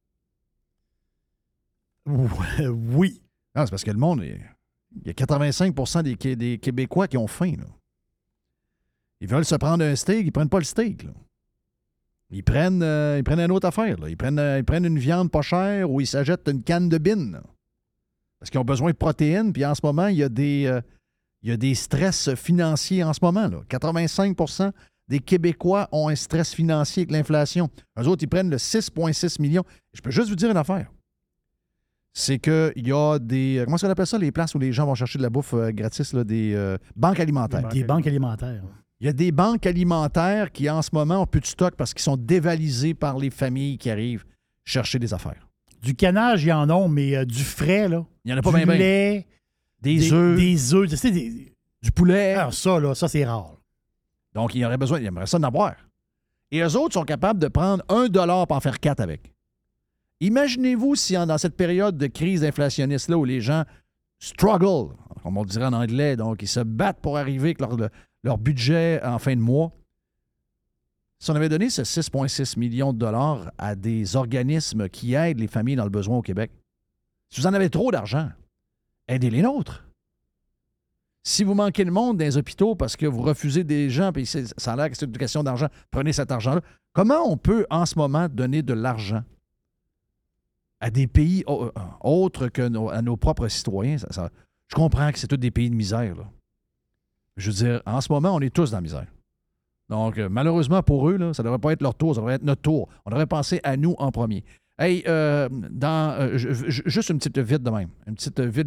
Oui. Non, c'est parce que le monde, il y a 85 % des Québécois qui ont faim, là. Ils veulent se prendre un steak, ils ne prennent pas le steak, là. Ils prennent une autre affaire, là. Ils prennent une viande pas chère ou ils s'achètent une canne de bine, là. Parce qu'ils ont besoin de protéines, puis en ce moment, il y a des stress financiers en ce moment, là. 85 % des Québécois ont un stress financier avec l'inflation. Eux autres, ils prennent le 6,6 millions. Je peux juste vous dire une affaire. C'est qu'il y a des... Comment est-ce qu'on appelle ça, les places où les gens vont chercher de la bouffe gratis, là, des banques alimentaires. Des banques alimentaires. Il y a des banques alimentaires qui, en ce moment, ont plus de stock parce qu'ils sont dévalisés par les familles qui arrivent chercher des affaires. Du canage, il y en a, mais du frais, là. Il n'y en a pas bien. Du lait. Des œufs. Des œufs. Tu sais, du poulet. Alors ça, c'est rare. Donc, il aimerait ça d'en avoir. Et eux autres sont capables de prendre 1 $ pour en faire 4 avec. Imaginez-vous si, dans cette période de crise inflationniste-là, où les gens struggle, comme on dirait en anglais, donc ils se battent pour arriver avec leur budget en fin de mois, Si on avait donné ce 6,6 millions de dollars à des organismes qui aident les familles dans le besoin au Québec, si vous en avez trop d'argent, aidez les nôtres. Si vous manquez le monde dans les hôpitaux parce que vous refusez des gens, puis ça a l'air que c'est une question d'argent, prenez cet argent-là. Comment on peut, en ce moment, donner de l'argent à des pays autres que à nos propres citoyens? Je comprends que c'est tous des pays de misère, là. Je veux dire, en ce moment, on est tous dans la misère. Donc, malheureusement pour eux, là, ça ne devrait pas être leur tour, ça devrait être notre tour. On devrait penser à nous en premier. Hey, juste une petite vite de même. Une petite vite.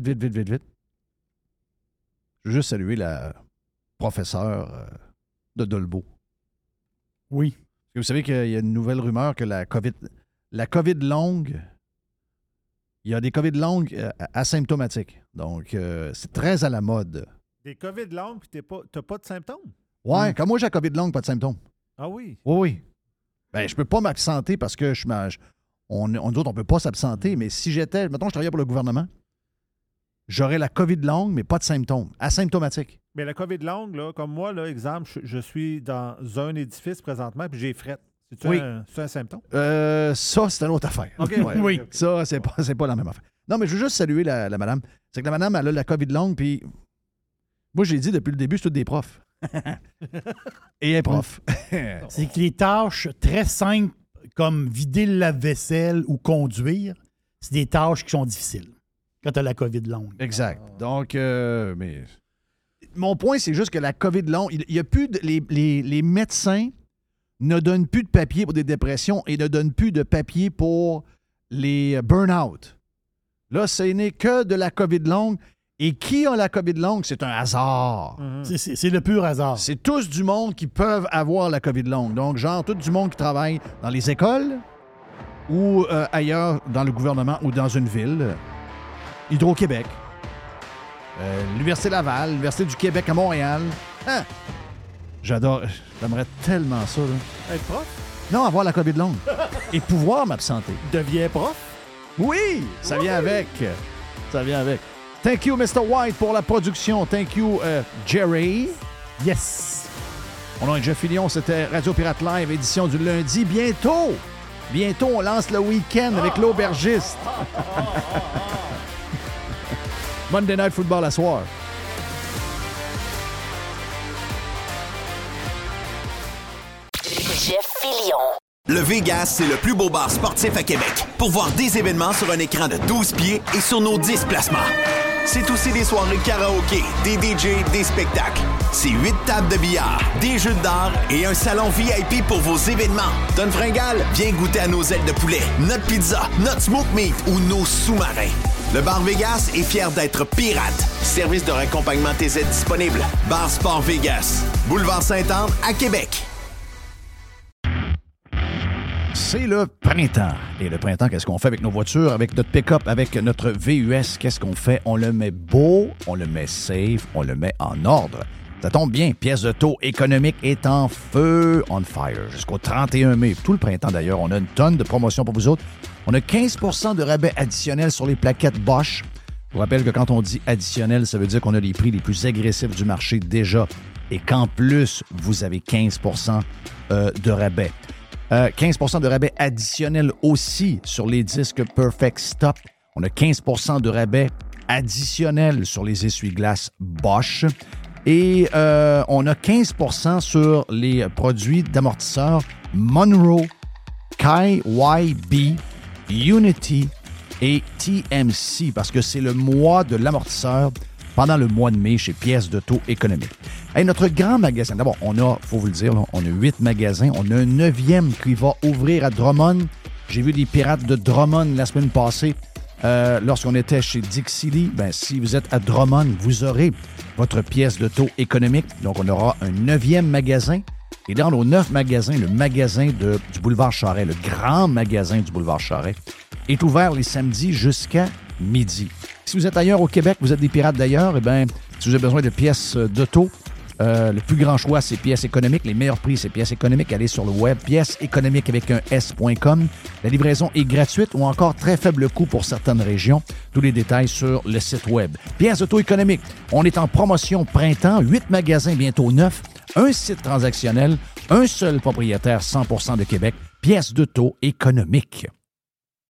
Je veux juste saluer la professeure de Dolbeau. Oui. Parce que vous savez qu'il y a une nouvelle rumeur que la COVID longue, il y a des COVID longues asymptomatiques. Donc, c'est très à la mode. Des COVID longues, puis t'as pas de symptômes? Ouais, comme moi, j'ai la COVID longue, pas de symptômes. Ah oui? Oui. Ben, je peux pas m'absenter parce que nous autres, on peut pas s'absenter, mais si j'étais, mettons, je travaillais pour le gouvernement, j'aurais la COVID longue, mais pas de symptômes, asymptomatique. Mais la COVID longue, là, comme moi, là, exemple, je suis dans un édifice présentement, puis j'ai frette. C'est un symptôme? Ça, c'est une autre affaire. OK, oui. Okay. Ça, c'est pas la même affaire. Non, mais je veux juste saluer la madame. C'est que la madame, elle a la COVID longue, puis moi, j'ai dit depuis le début, c'est tous des profs. Et un prof. C'est que les tâches très simples, comme vider le lave-vaisselle ou conduire, c'est des tâches qui sont difficiles quand tu as la COVID longue. Exact. Donc, mais mon point, c'est juste que la COVID longue, il y a plus les médecins ne donnent plus de papier pour des dépressions et ne donnent plus de papier pour les burn-out. Là, ce n'est que de la COVID longue. Et qui a la COVID longue, c'est un hasard. Mm-hmm. C'est le pur hasard. C'est tous du monde qui peuvent avoir la COVID longue. Donc, genre, tout du monde qui travaille dans les écoles ou ailleurs dans le gouvernement ou dans une ville. Hydro-Québec, l'Université Laval, l'Université du Québec à Montréal. Hein? J'aimerais tellement ça. Là. Être prof? Non, avoir la COVID longue. Et pouvoir m'absenter. Deviens prof? Oui, ça vient avec. Ça vient avec. Thank you, Mr. White, pour la production. Thank you, Jerry. Yes. Mon nom est Jeff Fillion. C'était Radio Pirate Live, édition du lundi. Bientôt, on lance le week-end avec l'aubergiste. Monday Night Football à soir. Jeff Fillion. Le Vegas, c'est le plus beau bar sportif à Québec. Pour voir des événements sur un écran de 12 pieds et sur nos 10 placements. C'est aussi des soirées karaoké, des DJ, des spectacles. C'est 8 tables de billard, des jeux d'art et un salon VIP pour vos événements. T'as une fringale? Viens goûter à nos ailes de poulet, notre pizza, notre smoke meat ou nos sous-marins. Le Bar Vegas est fier d'être pirate. Service de raccompagnement TZ disponible. Bar Sport Vegas. Boulevard Sainte-Anne à Québec. C'est le printemps. Et le printemps, qu'est-ce qu'on fait avec nos voitures, avec notre pick-up, avec notre VUS? Qu'est-ce qu'on fait? On le met beau, on le met safe, on le met en ordre. Ça tombe bien, pièce de taux économique est en feu, on fire, jusqu'au 31 mai. Tout le printemps, d'ailleurs, on a une tonne de promotions pour vous autres. On a 15 % de rabais additionnels sur les plaquettes Bosch. Je vous rappelle que quand on dit additionnel, ça veut dire qu'on a les prix les plus agressifs du marché déjà et qu'en plus, vous avez 15 % de rabais. 15 % de rabais additionnel aussi sur les disques Perfect Stop. On a 15 % de rabais additionnel sur les essuie-glaces Bosch. Et on a 15 % sur les produits d'amortisseurs Monroe, KYB, Unity et TMC, parce que c'est le mois de l'amortisseur pendant le mois de mai chez Pièces de taux économique. Hey, notre grand magasin, d'abord, faut vous le dire, là, on a 8 magasins. On a un 9e qui va ouvrir à Drummond. J'ai vu des pirates de Drummond la semaine passée lorsqu'on était chez Dixie Lee. Ben, si vous êtes à Drummond, vous aurez votre pièce de taux économique. Donc, on aura un 9e magasin. Et dans nos 9 magasins, le magasin du boulevard Charest, le grand magasin du boulevard Charest, est ouvert les samedis jusqu'à midi. Si vous êtes ailleurs au Québec, vous êtes des pirates d'ailleurs, eh bien, si vous avez besoin de pièces d'auto, le plus grand choix, c'est pièces économiques. Les meilleurs prix, c'est pièces économiques. Allez sur le web, pièces économiques avec un S.com. La livraison est gratuite ou encore très faible coût pour certaines régions. Tous les détails sur le site web. Pièces auto économiques. On est en promotion printemps. 8 magasins, bientôt 9. Un site transactionnel, un seul propriétaire 100% de Québec, pièce d'auto économique.